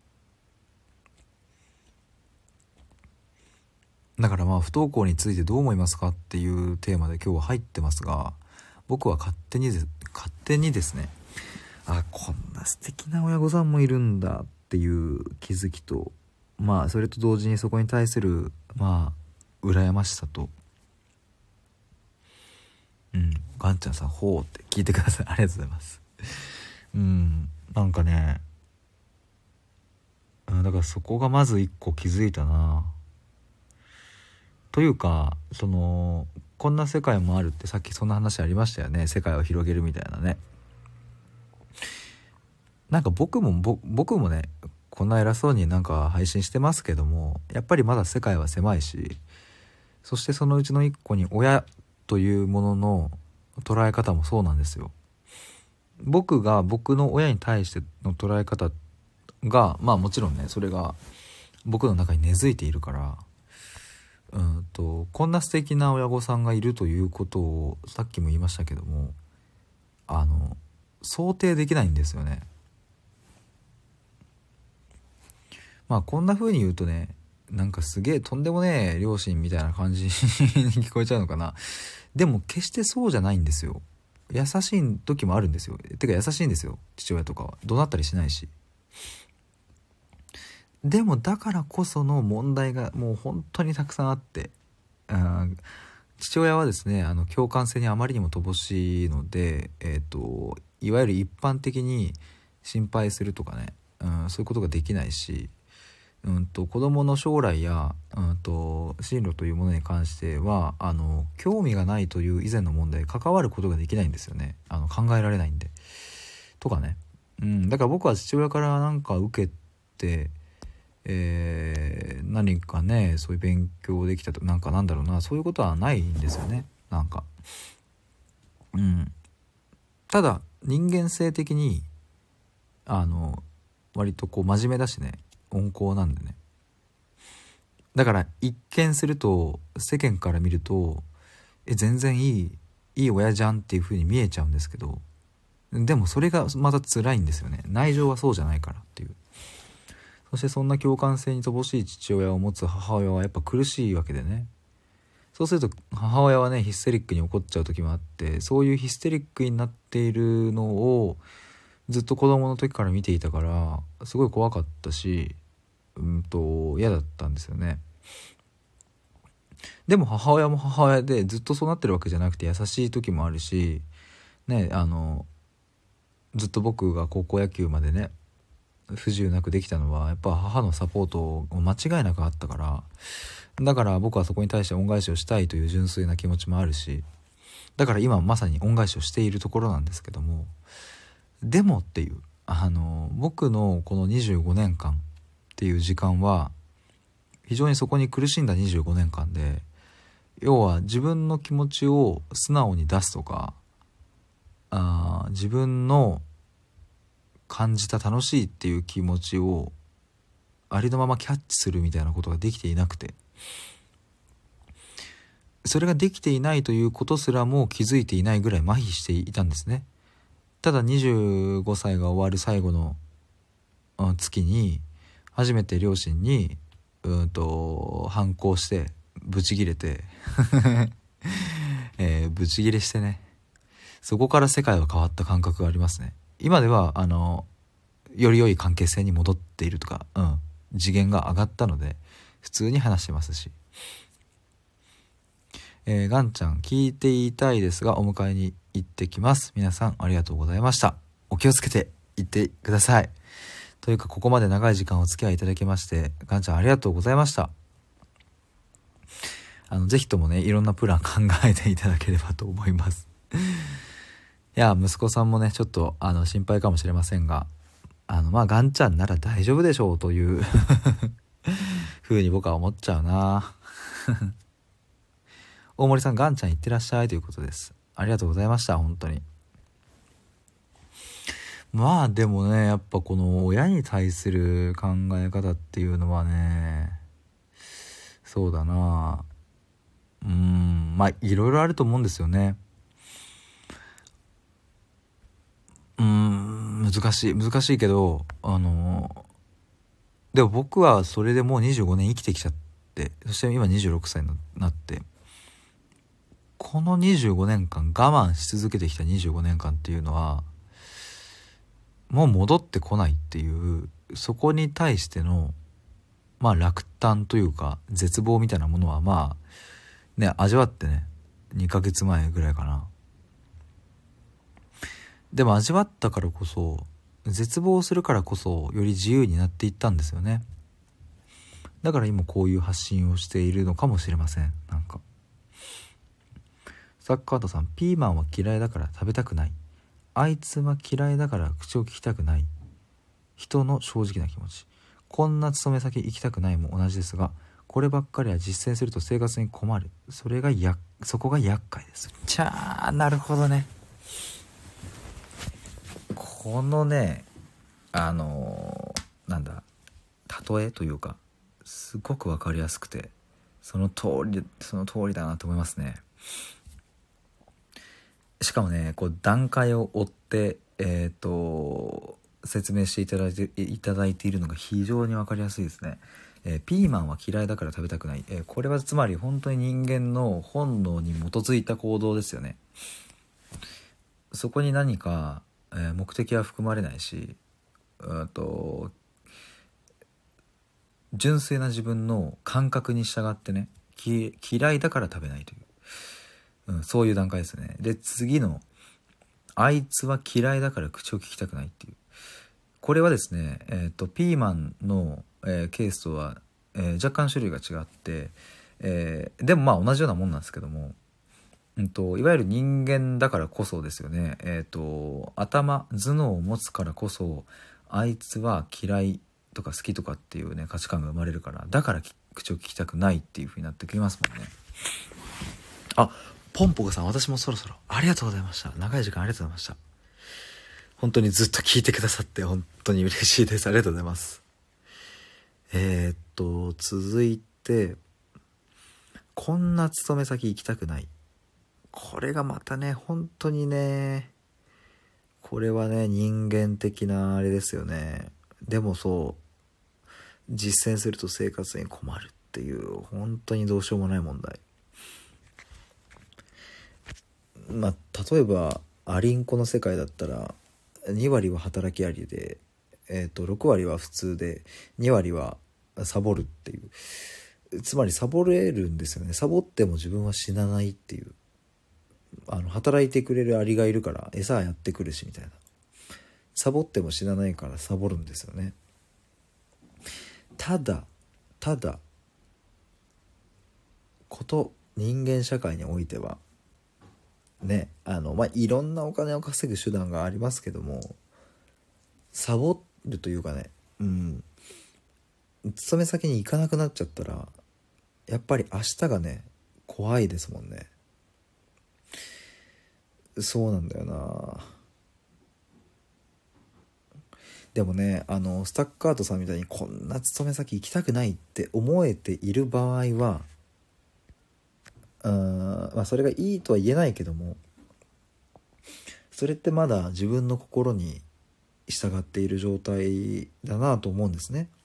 だからまあ不登校についてどう思いますかっていうテーマで今日は入ってますが、僕は勝手にです勝手にですね、あ、こんな素敵な親御さんもいるんだっていう気づきと、まあそれと同時にそこに対するまあ羨ましさと、うん、ガンちゃんさんほうって聞いてください、ありがとうございます。うん、なんかね、だからそこがまず一個気づいたな。というか、そのこんな世界もあるって、さっきそんな話ありましたよね、世界を広げるみたいなね。なんか僕もぼ僕もね、こんな偉そうになんか配信してますけども、やっぱりまだ世界は狭いし、そしてそのうちの一個に親というものの捉え方もそうなんですよ。僕が僕の親に対しての捉え方が、まあもちろんね、それが僕の中に根付いているから、うんとこんな素敵な親御さんがいるということをさっきも言いましたけども、あの想定できないんですよね。まあこんな風に言うとね、 なんかすげえとんでもねえ両親みたいな感じに聞こえちゃうのかな。でも決してそうじゃないんですよ。優しい時もあるんですよ。てか優しいんですよ、父親とかは。怒鳴ったりしないし。でもだからこその問題がもう本当にたくさんあって、あ父親はですね、あの共感性にあまりにも乏しいので、えっといわゆる一般的に心配するとかね、うん、そういうことができないし、うんと子供の将来や、うんと進路というものに関してはあの興味がないという以前の問題関わることができないんですよね。あの考えられないんでとかね、うん、だから僕は父親からなんか受けて、えー、何かねそういう勉強できたとなんかなんだろうな、そういうことはないんですよね。なんかうんただ人間性的にあの割とこう真面目だしね、温厚なんでね。だから一見すると世間から見るとえ全然いいいい親じゃんっていう風に見えちゃうんですけど、でもそれがまた辛いんですよね。内情はそうじゃないからっていう。そしてそんな共感性に乏しい父親を持つ母親はやっぱ苦しいわけでね。そうすると母親はねヒステリックに怒っちゃう時もあって、そういうヒステリックになっているのをずっと子供の時から見ていたからすごい怖かったし、うんと嫌だったんですよね。でも母親も母親でずっとそうなってるわけじゃなくて優しい時もあるしね、あのずっと僕が高校野球までね不自由なくできたのはやっぱ母のサポートを間違いなくあったから、だから僕はそこに対して恩返しをしたいという純粋な気持ちもあるし、だから今まさに恩返しをしているところなんですけども、でもっていうあの僕のこのにじゅうごねんかんっていう時間は非常にそこに苦しんだにじゅうごねんかんで、要は自分の気持ちを素直に出すとか、あ自分の感じた楽しいっていう気持ちをありのままキャッチするみたいなことができていなくて、それができていないということすらも気づいていないぐらい麻痺していたんですね。ただにじゅうごさいが終わる最後の月に初めて両親にうんと反抗してブチギレて、えー、ブチギレしてね、そこから世界は変わった感覚がありますね。今ではあのより良い関係性に戻っているとか、うん、次元が上がったので普通に話してますし、えー、ガンちゃん聞いていたいですがお迎えに行ってきます。皆さんありがとうございました。お気をつけて行ってください。というかここまで長い時間お付き合いいただきましてガンちゃんありがとうございました。あのぜひともねいろんなプラン考えていただければと思いますいや息子さんもねちょっとあの心配かもしれませんが、あのまあガンちゃんなら大丈夫でしょうという風に僕は思っちゃうな大森さんガンちゃん行ってらっしゃいということです。ありがとうございました。本当にまあでもねやっぱこの親に対する考え方っていうのはね、そうだなうーんまあいろいろあると思うんですよね。うーん難しい難しいけどあのでも僕はそれでもうにじゅうごねん生きてきちゃって、そして今にじゅうろくさいになって、このにじゅうごねんかん我慢し続けてきたにじゅうごねんかんっていうのはもう戻ってこないっていう、そこに対してのまあ落胆というか絶望みたいなものはまあね味わってねにかげつまえぐらいかな。でも味わったからこそ絶望するからこそより自由になっていったんですよね。だから今こういう発信をしているのかもしれません。なんかサッカートさんピーマンは嫌いだから食べたくない、あいつは嫌いだから口を聞きたくない、人の正直な気持ち、こんな勤め先行きたくないも同じですが、こればっかりは実践すると生活に困る、それがやそこが厄介です。ちゃーなるほどね。このねあのー、なんだ例えというかすごく分かりやすくてその通りその通りだなと思いますね。しかもねこう段階を追ってえっと説明していただいていただいているのが非常に分かりやすいですね。 えー、ピーマンは嫌いだから食べたくない、えー、これはつまり本当に人間の本能に基づいた行動ですよね。そこに何か、えー、目的は含まれないし、うんと純粋な自分の感覚に従ってね、き嫌いだから食べないという、うん、そういう段階ですね。で次のあいつは嫌いだから口を聞きたくないっていう、これはですね、えー、とピーマンの、えー、ケースとは、えー、若干種類が違って、えー、でもまあ同じようなもんなんですけども、うんと、いわゆる人間だからこそですよね、えー、と頭頭脳を持つからこそあいつは嫌いとか好きとかっていうね価値観が生まれるから、だから口を聞きたくないっていう風になってきますもんね。あ、ポンポコさん、私もそろそろありがとうございました。長い時間ありがとうございました。本当にずっと聞いてくださって本当に嬉しいです。ありがとうございます。えー、っと続いて、こんな勤め先行きたくない、これがまたね本当にね、これはね人間的なあれですよね。でもそう実践すると生活に困るっていう本当にどうしようもない問題。まあ例えばアリンコの世界だったらに割は働きありで、えー、とろく割は普通でに割はサボるっていう、つまりサボれるんですよね。サボっても自分は死なないっていう、あの働いてくれるアリがいるから餌はやってくるしみたいな、サボっても死なないからサボるんですよね。ただただこと人間社会においてはね、あのまあいろんなお金を稼ぐ手段がありますけども、サボるというかね、うん勤め先に行かなくなっちゃったらやっぱり明日がね怖いですもんね。そうなんだよな。でもね、あのスタッカートさんみたいにこんな勤め先行きたくないって思えている場合は、うーん、まあ、それがいいとは言えないけども、それってまだ自分の心に従っている状態だなと思うんですね。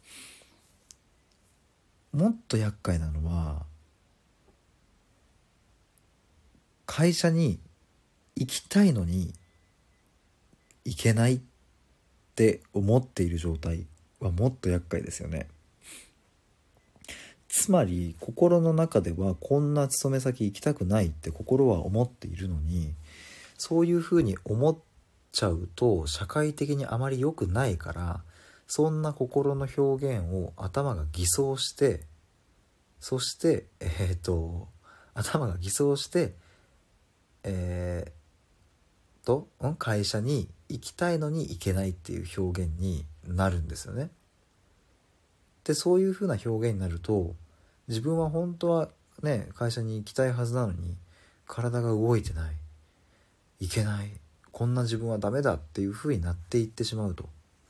もっと厄介なのは、会社に行きたいのに行けないって思っている状態はもっと厄介ですよね。つまり心の中ではこんな勤め先行きたくないって心は思っているのに、そういうふうに思っちゃうと社会的にあまり良くないから、そんな心の表現を頭が偽装して、そしてえっと頭が偽装してえー、と会社に行きたいのに行けないっていう表現になるんですよね。でそういう風な表現になると、自分は本当はね会社に行きたいはずなのに体が動いてない、行けない、こんな自分はダメだっていう風になっていってしまうと。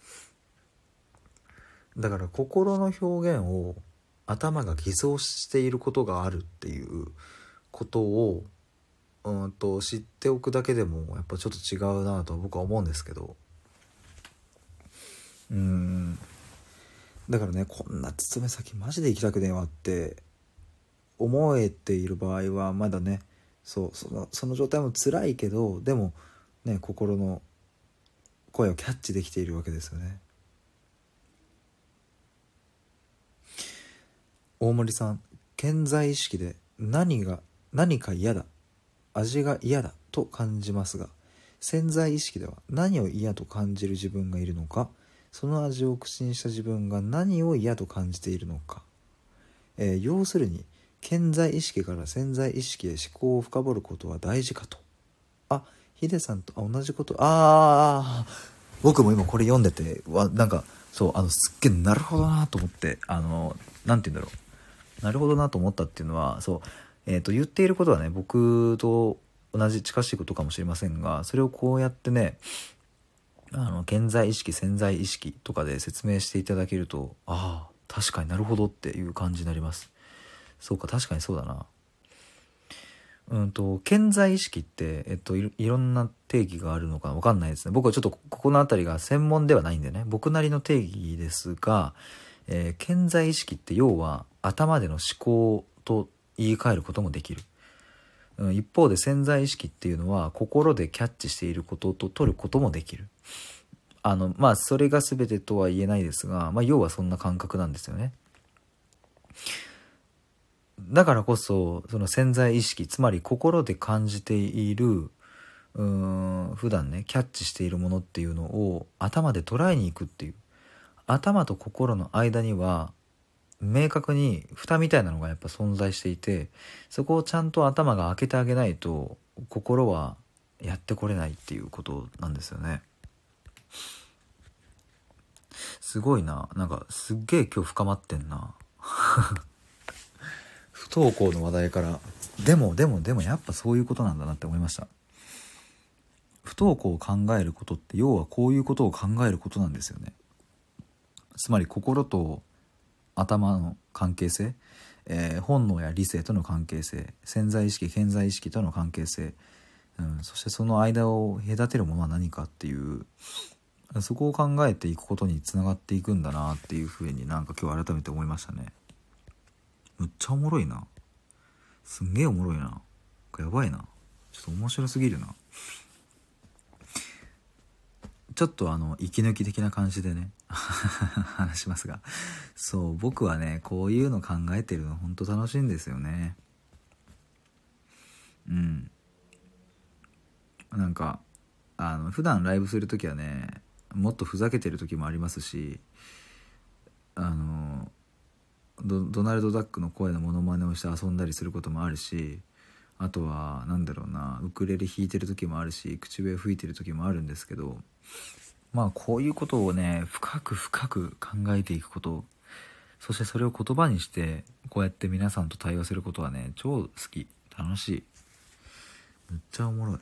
だから心の表現を頭が偽装していることがあるっていうことをうんと知っておくだけでもやっぱちょっと違うなと僕は思うんですけど、うーんだからね、こんな勤め先マジで行きたくねえわって思えている場合はまだね、そうそのその状態も辛いけど、でもね心の声をキャッチできているわけですよね。大森さん、健在意識で何が何か嫌だ、味が嫌だと感じますが、潜在意識では何を嫌と感じる自分がいるのか、その味を口にした自分が何を嫌と感じているのか、えー、要するに顕在意識から潜在意識へ思考を深掘ることは大事かと。あ、ヒデさんと同じこと、ああ僕も今これ読んでてわなんかそうあのすっげえなるほどなと思って、あのなんて言うんだろう、なるほどなと思ったっていうのは、そうえっと言っていることはね僕と同じ近しいことかもしれませんが、それをこうやってねあの顕在意識潜在意識とかで説明していただけると、ああ確かになるほどっていう感じになります。そうか確かにそうだな。うんと顕在意識って、えっと、い, いろんな定義があるのか分かんないですね。僕はちょっとここの辺りが専門ではないんでね、僕なりの定義ですが、 えー、顕在意識って要は頭での思考と言い換えることもできる。うん、一方で潜在意識っていうのは心でキャッチしていることと取ることもできる。あのまあそれが全てとは言えないですが、まあ、要はそんな感覚なんですよね。だからこそその潜在意識、つまり心で感じている、うーん普段ねキャッチしているものっていうのを頭で捉えに行くっていう、頭と心の間には明確に蓋みたいなのがやっぱ存在していて、そこをちゃんと頭が開けてあげないと心はやってこれないっていうことなんですよね。すごいな、なんかすっげえ今日深まってんな不登校の話題から。でもでもでもやっぱそういうことなんだなって思いました。不登校を考えることって要はこういうことを考えることなんですよね。つまり心と頭の関係性、えー、本能や理性との関係性、潜在意識顕在意識との関係性、うん、そしてその間を隔てるものは何かっていう、そこを考えていくことにつながっていくんだなっていうふうになんか今日改めて思いましたね。むっちゃおもろいな。すんげえおもろいな。やばいな。ちょっと面白すぎるな。ちょっとあの息抜き的な感じでね話しますが、そう僕はねこういうの考えてるのほんと楽しいんですよね。うん。なんかあの普段ライブする時はねもっとふざけてる時もありますし、あの ド, ドナルド・ダックの声のモノマネをして遊んだりすることもあるし、あとはなんだろうな、ウクレレ弾いてる時もあるし口笛吹いてる時もあるんですけど、まあこういうことをね深く深く考えていくこと、そしてそれを言葉にしてこうやって皆さんと対話することはね超好き、楽しい、めっちゃおもろい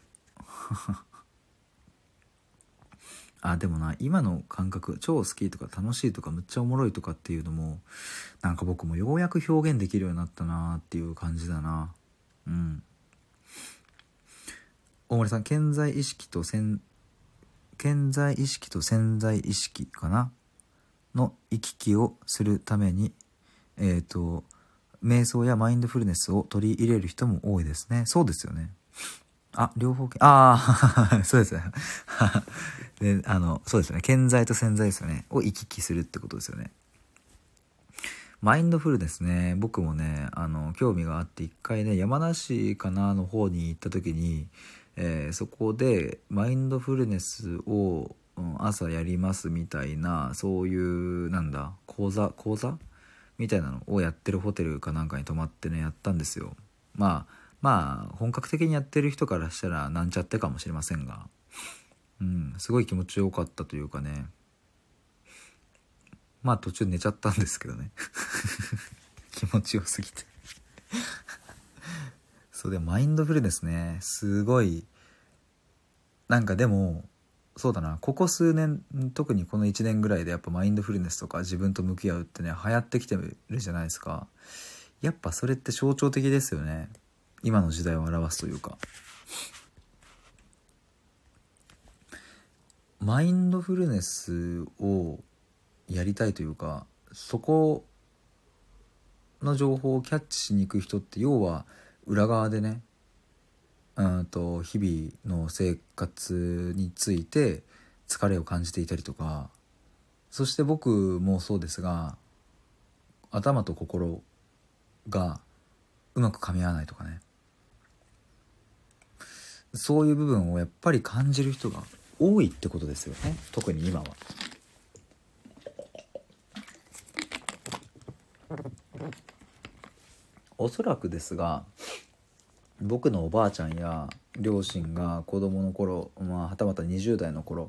あでもな、今の感覚超好きとか楽しいとかむっちゃおもろいとかっていうのもなんか僕もようやく表現できるようになったなっていう感じだな。うん。大森さん、潜在意識と潜潜在意識と潜在意識かなの行き来をするためにえっと瞑想やマインドフルネスを取り入れる人も多いですね。そうですよね。あ、両方け、ああ、そうですね。で、あの、そうですよね。顕在と潜在ですよね。を行き来するってことですよね。マインドフルネスね、僕もね、あの、興味があって一回ね、山梨かなの方に行った時に、えーそこでマインドフルネスを、うん、朝やりますみたいな、そういう、なんだ、講座、講座みたいなのをやってるホテルかなんかに泊まってね、やったんですよ。まあ、まあ本格的にやってる人からしたらなんちゃってかもしれませんが、うん、すごい気持ちよかったというかね、まあ途中寝ちゃったんですけどね気持ちよすぎてそうでもマインドフルネスね、すごいなんかでもそうだな、ここ数年特にこのいちねんぐらいでやっぱマインドフルネスとか自分と向き合うってね流行ってきてるじゃないですか。やっぱそれって象徴的ですよね、今の時代を表すというか。マインドフルネスをやりたいというか、そこの情報をキャッチしに行く人って要は裏側でね、うんと日々の生活について疲れを感じていたりとか、そして僕もそうですが頭と心がうまく噛み合わないとかね、そういう部分をやっぱり感じる人が多いってことですよね、特に今は。おそらくですが、僕のおばあちゃんや両親が子供の頃、まあ、はたまたにじゅう代の頃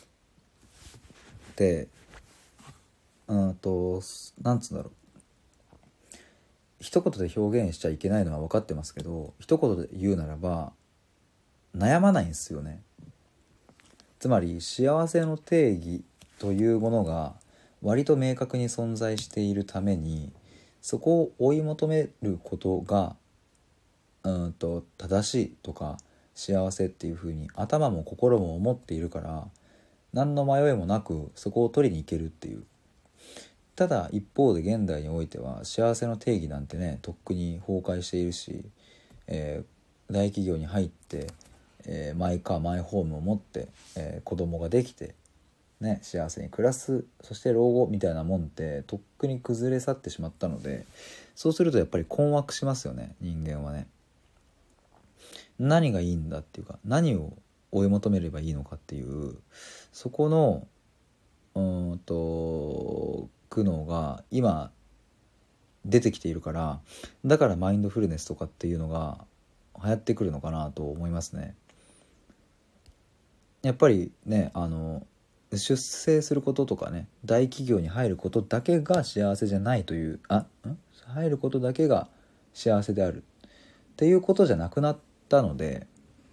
で、うんとなんつうんだろう、一言で表現しちゃいけないのは分かってますけど、一言で言うならば悩まないんですよね。つまり幸せの定義というものが割と明確に存在しているために、そこを追い求めることがうんと正しいとか幸せっていう風に頭も心も思っているから、何の迷いもなくそこを取りに行けるっていう。 ただ一方で現代においては幸せの定義なんてねとっくに崩壊しているし、えー、大企業に入って、えー、マイカーマイホームを持って、えー、子供ができて、ね、幸せに暮らす、そして老後みたいなもんってとっくに崩れ去ってしまったので、そうするとやっぱり困惑しますよね、人間はね。何がいいんだっていうか、何を追い求めればいいのかっていう、そこのうーんと苦悩が今出てきているから、だからマインドフルネスとかっていうのが流行ってくるのかなと思いますね。やっぱりね、あの出世することとかね、大企業に入ることだけが幸せじゃないという、あん入ることだけが幸せであるっていうことじゃなくなったので、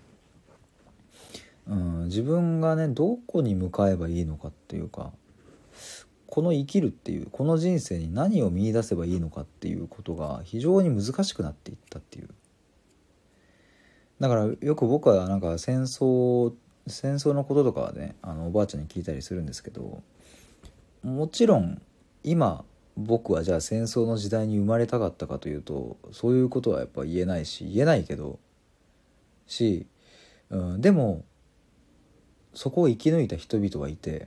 うん、自分がねどこに向かえばいいのかっていうか、この生きるっていうこの人生に何を見出せばいいのかっていうことが非常に難しくなっていったっていう。だからよく僕はなんか戦争戦争のこととかはね、あのおばあちゃんに聞いたりするんですけど、もちろん今僕はじゃあ戦争の時代に生まれたかったかというと、そういうことはやっぱ言えないし、言えないけどし、うん、でもそこを生き抜いた人々はいて、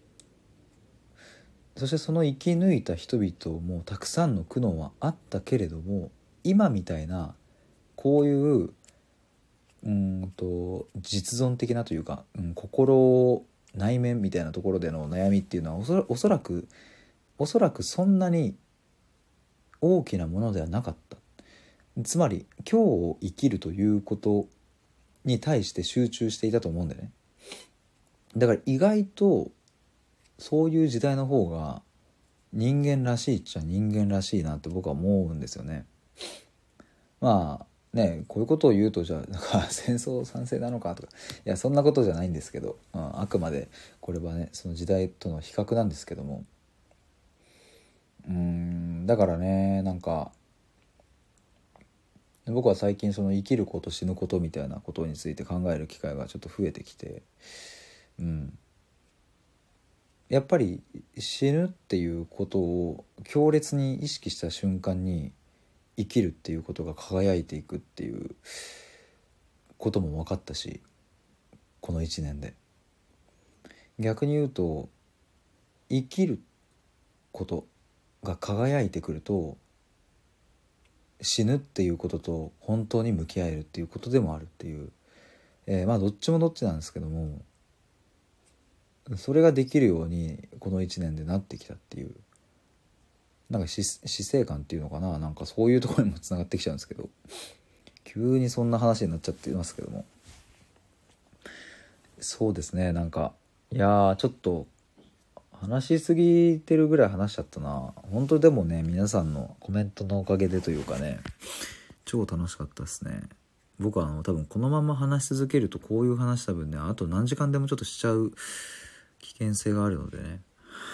そしてその生き抜いた人々もたくさんの苦悩はあったけれども、今みたいなこういううーんと実存的なというか、うん、心内面みたいなところでの悩みっていうのはおそら、おそらくおそらくそんなに大きなものではなかった。つまり今日を生きるということに対して集中していたと思うんだよね。だから意外とそういう時代の方が人間らしいっちゃ人間らしいなって僕は思うんですよね。まあね、こういうことを言うとじゃあなんか戦争賛成なのかとか、いやそんなことじゃないんですけど、うん、あくまでこれはねその時代との比較なんですけども、うーんだからね、なんか僕は最近その生きること死ぬことみたいなことについて考える機会がちょっと増えてきて、うん、やっぱり死ぬっていうことを強烈に意識した瞬間に生きるっていうことが輝いていくっていうことも分かったし、このいちねんで逆に言うと生きることが輝いてくると死ぬっていうことと本当に向き合えるっていうことでもあるっていう、えー、まあどっちもどっちなんですけども、それができるようにこのいちねんでなってきたっていう、なんか死生観っていうのかな、なんかそういうところにもつながってきちゃうんですけど、急にそんな話になっちゃってますけども、そうですね、なんかいやーちょっと話しすぎてるぐらい話しちゃったな本当。でもね、皆さんのコメントのおかげでというかね、超楽しかったですね。僕はあの多分このまま話し続けるとこういう話多分ねあと何時間でもちょっとしちゃう危険性があるのでね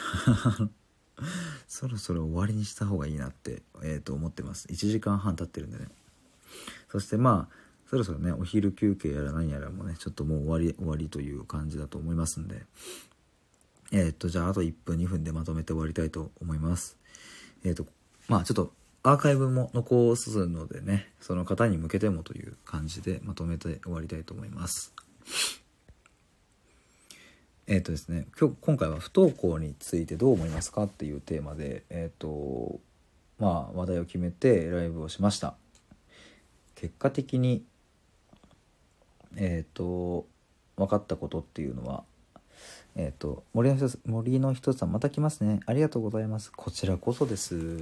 そろそろ終わりにした方がいいなって、えー、と思ってます。いちじかんはん経ってるんでね。そしてまあそろそろねお昼休憩やら何やらもねちょっともう終わり終わりという感じだと思いますんで、えっ、ー、とじゃああといっぷんにふんでまとめて終わりたいと思います。えっ、ー、とまあちょっとアーカイブも残すのでね、その方に向けてもという感じでまとめて終わりたいと思います。えっ、ー、とですね、今日今回は不登校についてどう思いますかっていうテーマで、えっ、ー、とまあ話題を決めてライブをしました。結果的にえっ、ー、と分かったことっていうのは、えっ、ー、と森の人森の人さんまた来ますね、ありがとうございます。こちらこそです。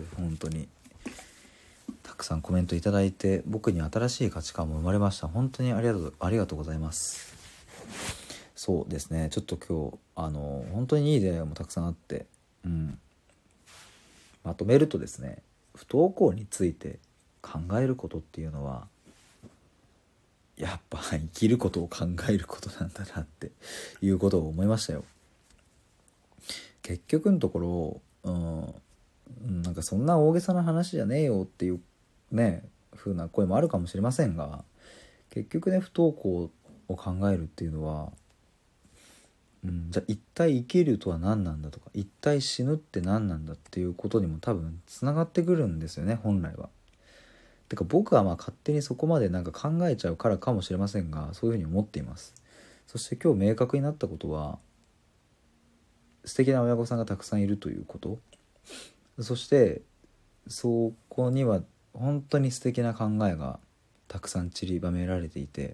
本当にたくさんコメントいただいて僕に新しい価値観も生まれました。本当にありがとうありがとうございます。そうですね、ちょっと今日あの本当にいい出会いもたくさんあって、うん、まとめるとですね、不登校について考えることっていうのはやっぱ生きることを考えることなんだなっていうことを思いましたよ。結局のところ、うん、なんかそんな大げさな話じゃねえよっていうね風な声もあるかもしれませんが、結局ね不登校を考えるっていうのはうん、じゃあ一体生きるとは何なんだとか、一体死ぬって何なんだっていうことにも多分つながってくるんですよね、本来は。てか僕はまあ勝手にそこまでなんか考えちゃうからかもしれませんが、そういうふうに思っています。そして今日明確になったことは、素敵な親御さんがたくさんいるということ、そしてそこには本当に素敵な考えがたくさん散りばめられていて、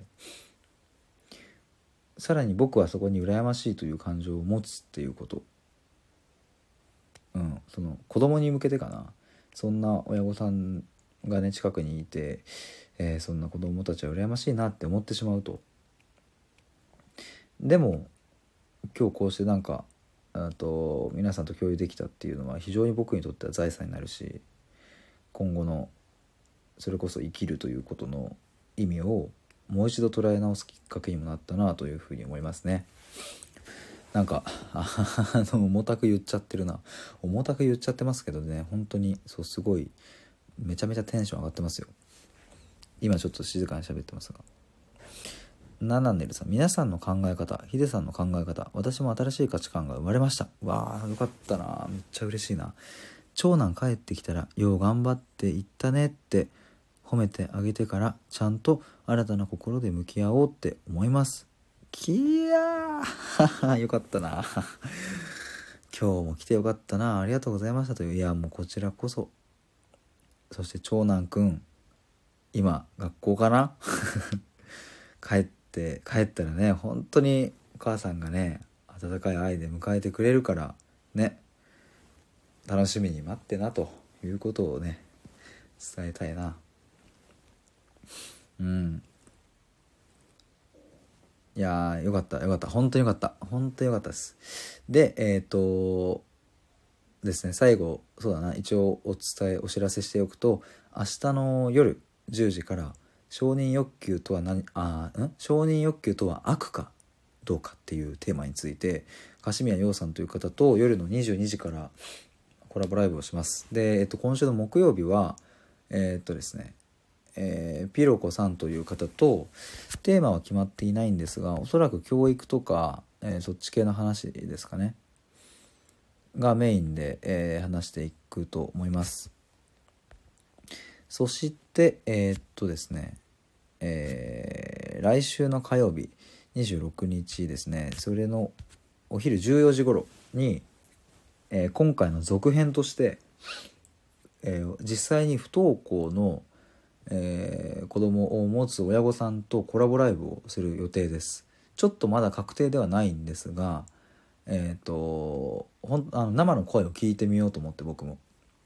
さらに僕はそこに羨ましいという感情を持つっていうこと、うん、その子供に向けてかな、そんな親御さんがね近くにいて、えー、そんな子供たちは羨ましいなって思ってしまうと、でも今日こうしてなんかあと皆さんと共有できたっていうのは非常に僕にとっては財産になるし、今後のそれこそ生きるということの意味をもう一度捉え直すきっかけにもなったなというふうに思いますね。なんかあの重たく言っちゃってるな重たく言っちゃってますけどね、本当にそうすごいめちゃめちゃテンション上がってますよ。今ちょっと静かに喋ってますが、ナナネルさん、皆さんの考え方、ヒデさんの考え方、私も新しい価値観が生まれました。わあよかったな、めっちゃ嬉しいな。長男帰ってきたらよう頑張っていったねって褒めてあげてから、ちゃんと新たな心で向き合おうって思います。きやーよかったな今日も来てよかったな、ありがとうございましたという。いやもうこちらこそ。そして長男くん今学校かな帰って帰ったらね、本当にお母さんがね温かい愛で迎えてくれるからね、楽しみに待ってなということをね伝えたいな。うん、いやーよかったよかった、本当によかった、本当によかったです。でえっ、ー、とですね、最後そうだな、一応お伝えお知らせしておくと、明日の夜じゅうじから承認欲求とは何あん承認欲求とは悪かどうかっていうテーマについて、樫宮陽さんという方と夜のにじゅうにじからコラボライブをします。で、えっと、今週の木曜日はえー、っとですねえー、ピロコさんという方と、テーマは決まっていないんですが、おそらく教育とか、えー、そっち系の話ですかねがメインで、えー、話していくと思います。そしてえー、っとですね、えー、来週の火曜日にじゅうろくにちですね、それのお昼じゅうよじ頃に、えー、今回の続編として、えー、実際に不登校のえー、子供を持つ親御さんとコラボライブをする予定です。ちょっとまだ確定ではないんですが、えっとほんあの生の声を聞いてみようと思って、僕も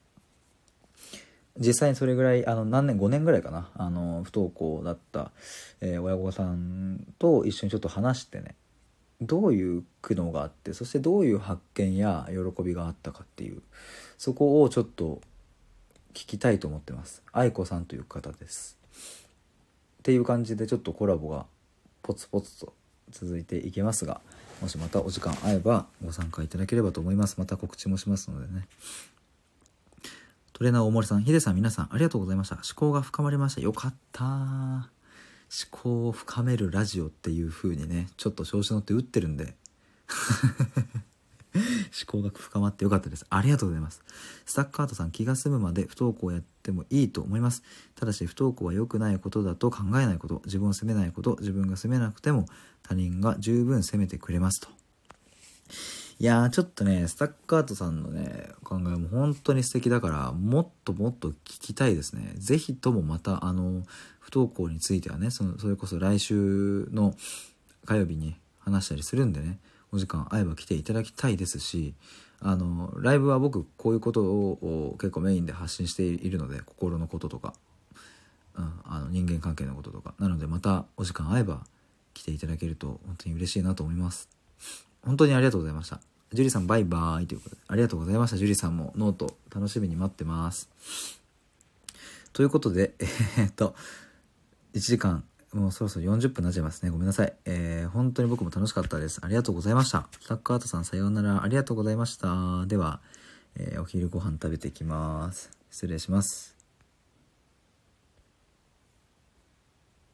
実際にそれぐらいあの何年ごねんぐらいかな、あの不登校だった、えー、親御さんと一緒にちょっと話してね、どういう苦悩があって、そしてどういう発見や喜びがあったかっていう、そこをちょっと聞きたいと思ってます。愛子さんという方です。っていう感じでちょっとコラボがポツポツと続いていきますが、もしまたお時間合えばご参加いただければと思います。また告知もしますのでね。トレーナー大森さん、ヒデさん、皆さんありがとうございました。思考が深まりました。よかった。思考を深めるラジオっていう風にね、ちょっと調子乗って打ってるんで思考が深まってよかったです。ありがとうございます。スタッカートさん、気が済むまで不登校をやってもいいと思います。ただし不登校は良くないことだと考えないこと、自分を責めないこと、自分が責めなくても他人が十分責めてくれますと。いやーちょっとね、スタッカートさんのね考えも本当に素敵だから、もっともっと聞きたいですね。ぜひともまたあの不登校についてはね、そのそれこそ来週の火曜日に話したりするんでね、お時間合えば来ていただきたいですし、あのライブは僕こういうことを結構メインで発信しているので、心のこととか、うん、あの人間関係のこととかなので、またお時間合えば来ていただけると本当に嬉しいなと思います。本当にありがとうございました。ジュリさんバイバーイということでありがとうございました。ジュリさんもノート楽しみに待ってます。ということでえー、っといちじかんもうそろそろよんじゅっぷんになっちゃいますね。ごめんなさい。えー、本当に僕も楽しかったです。ありがとうございました。スタッカートさんさようなら、ありがとうございました。では、えー、お昼ご飯食べてきます。失礼します。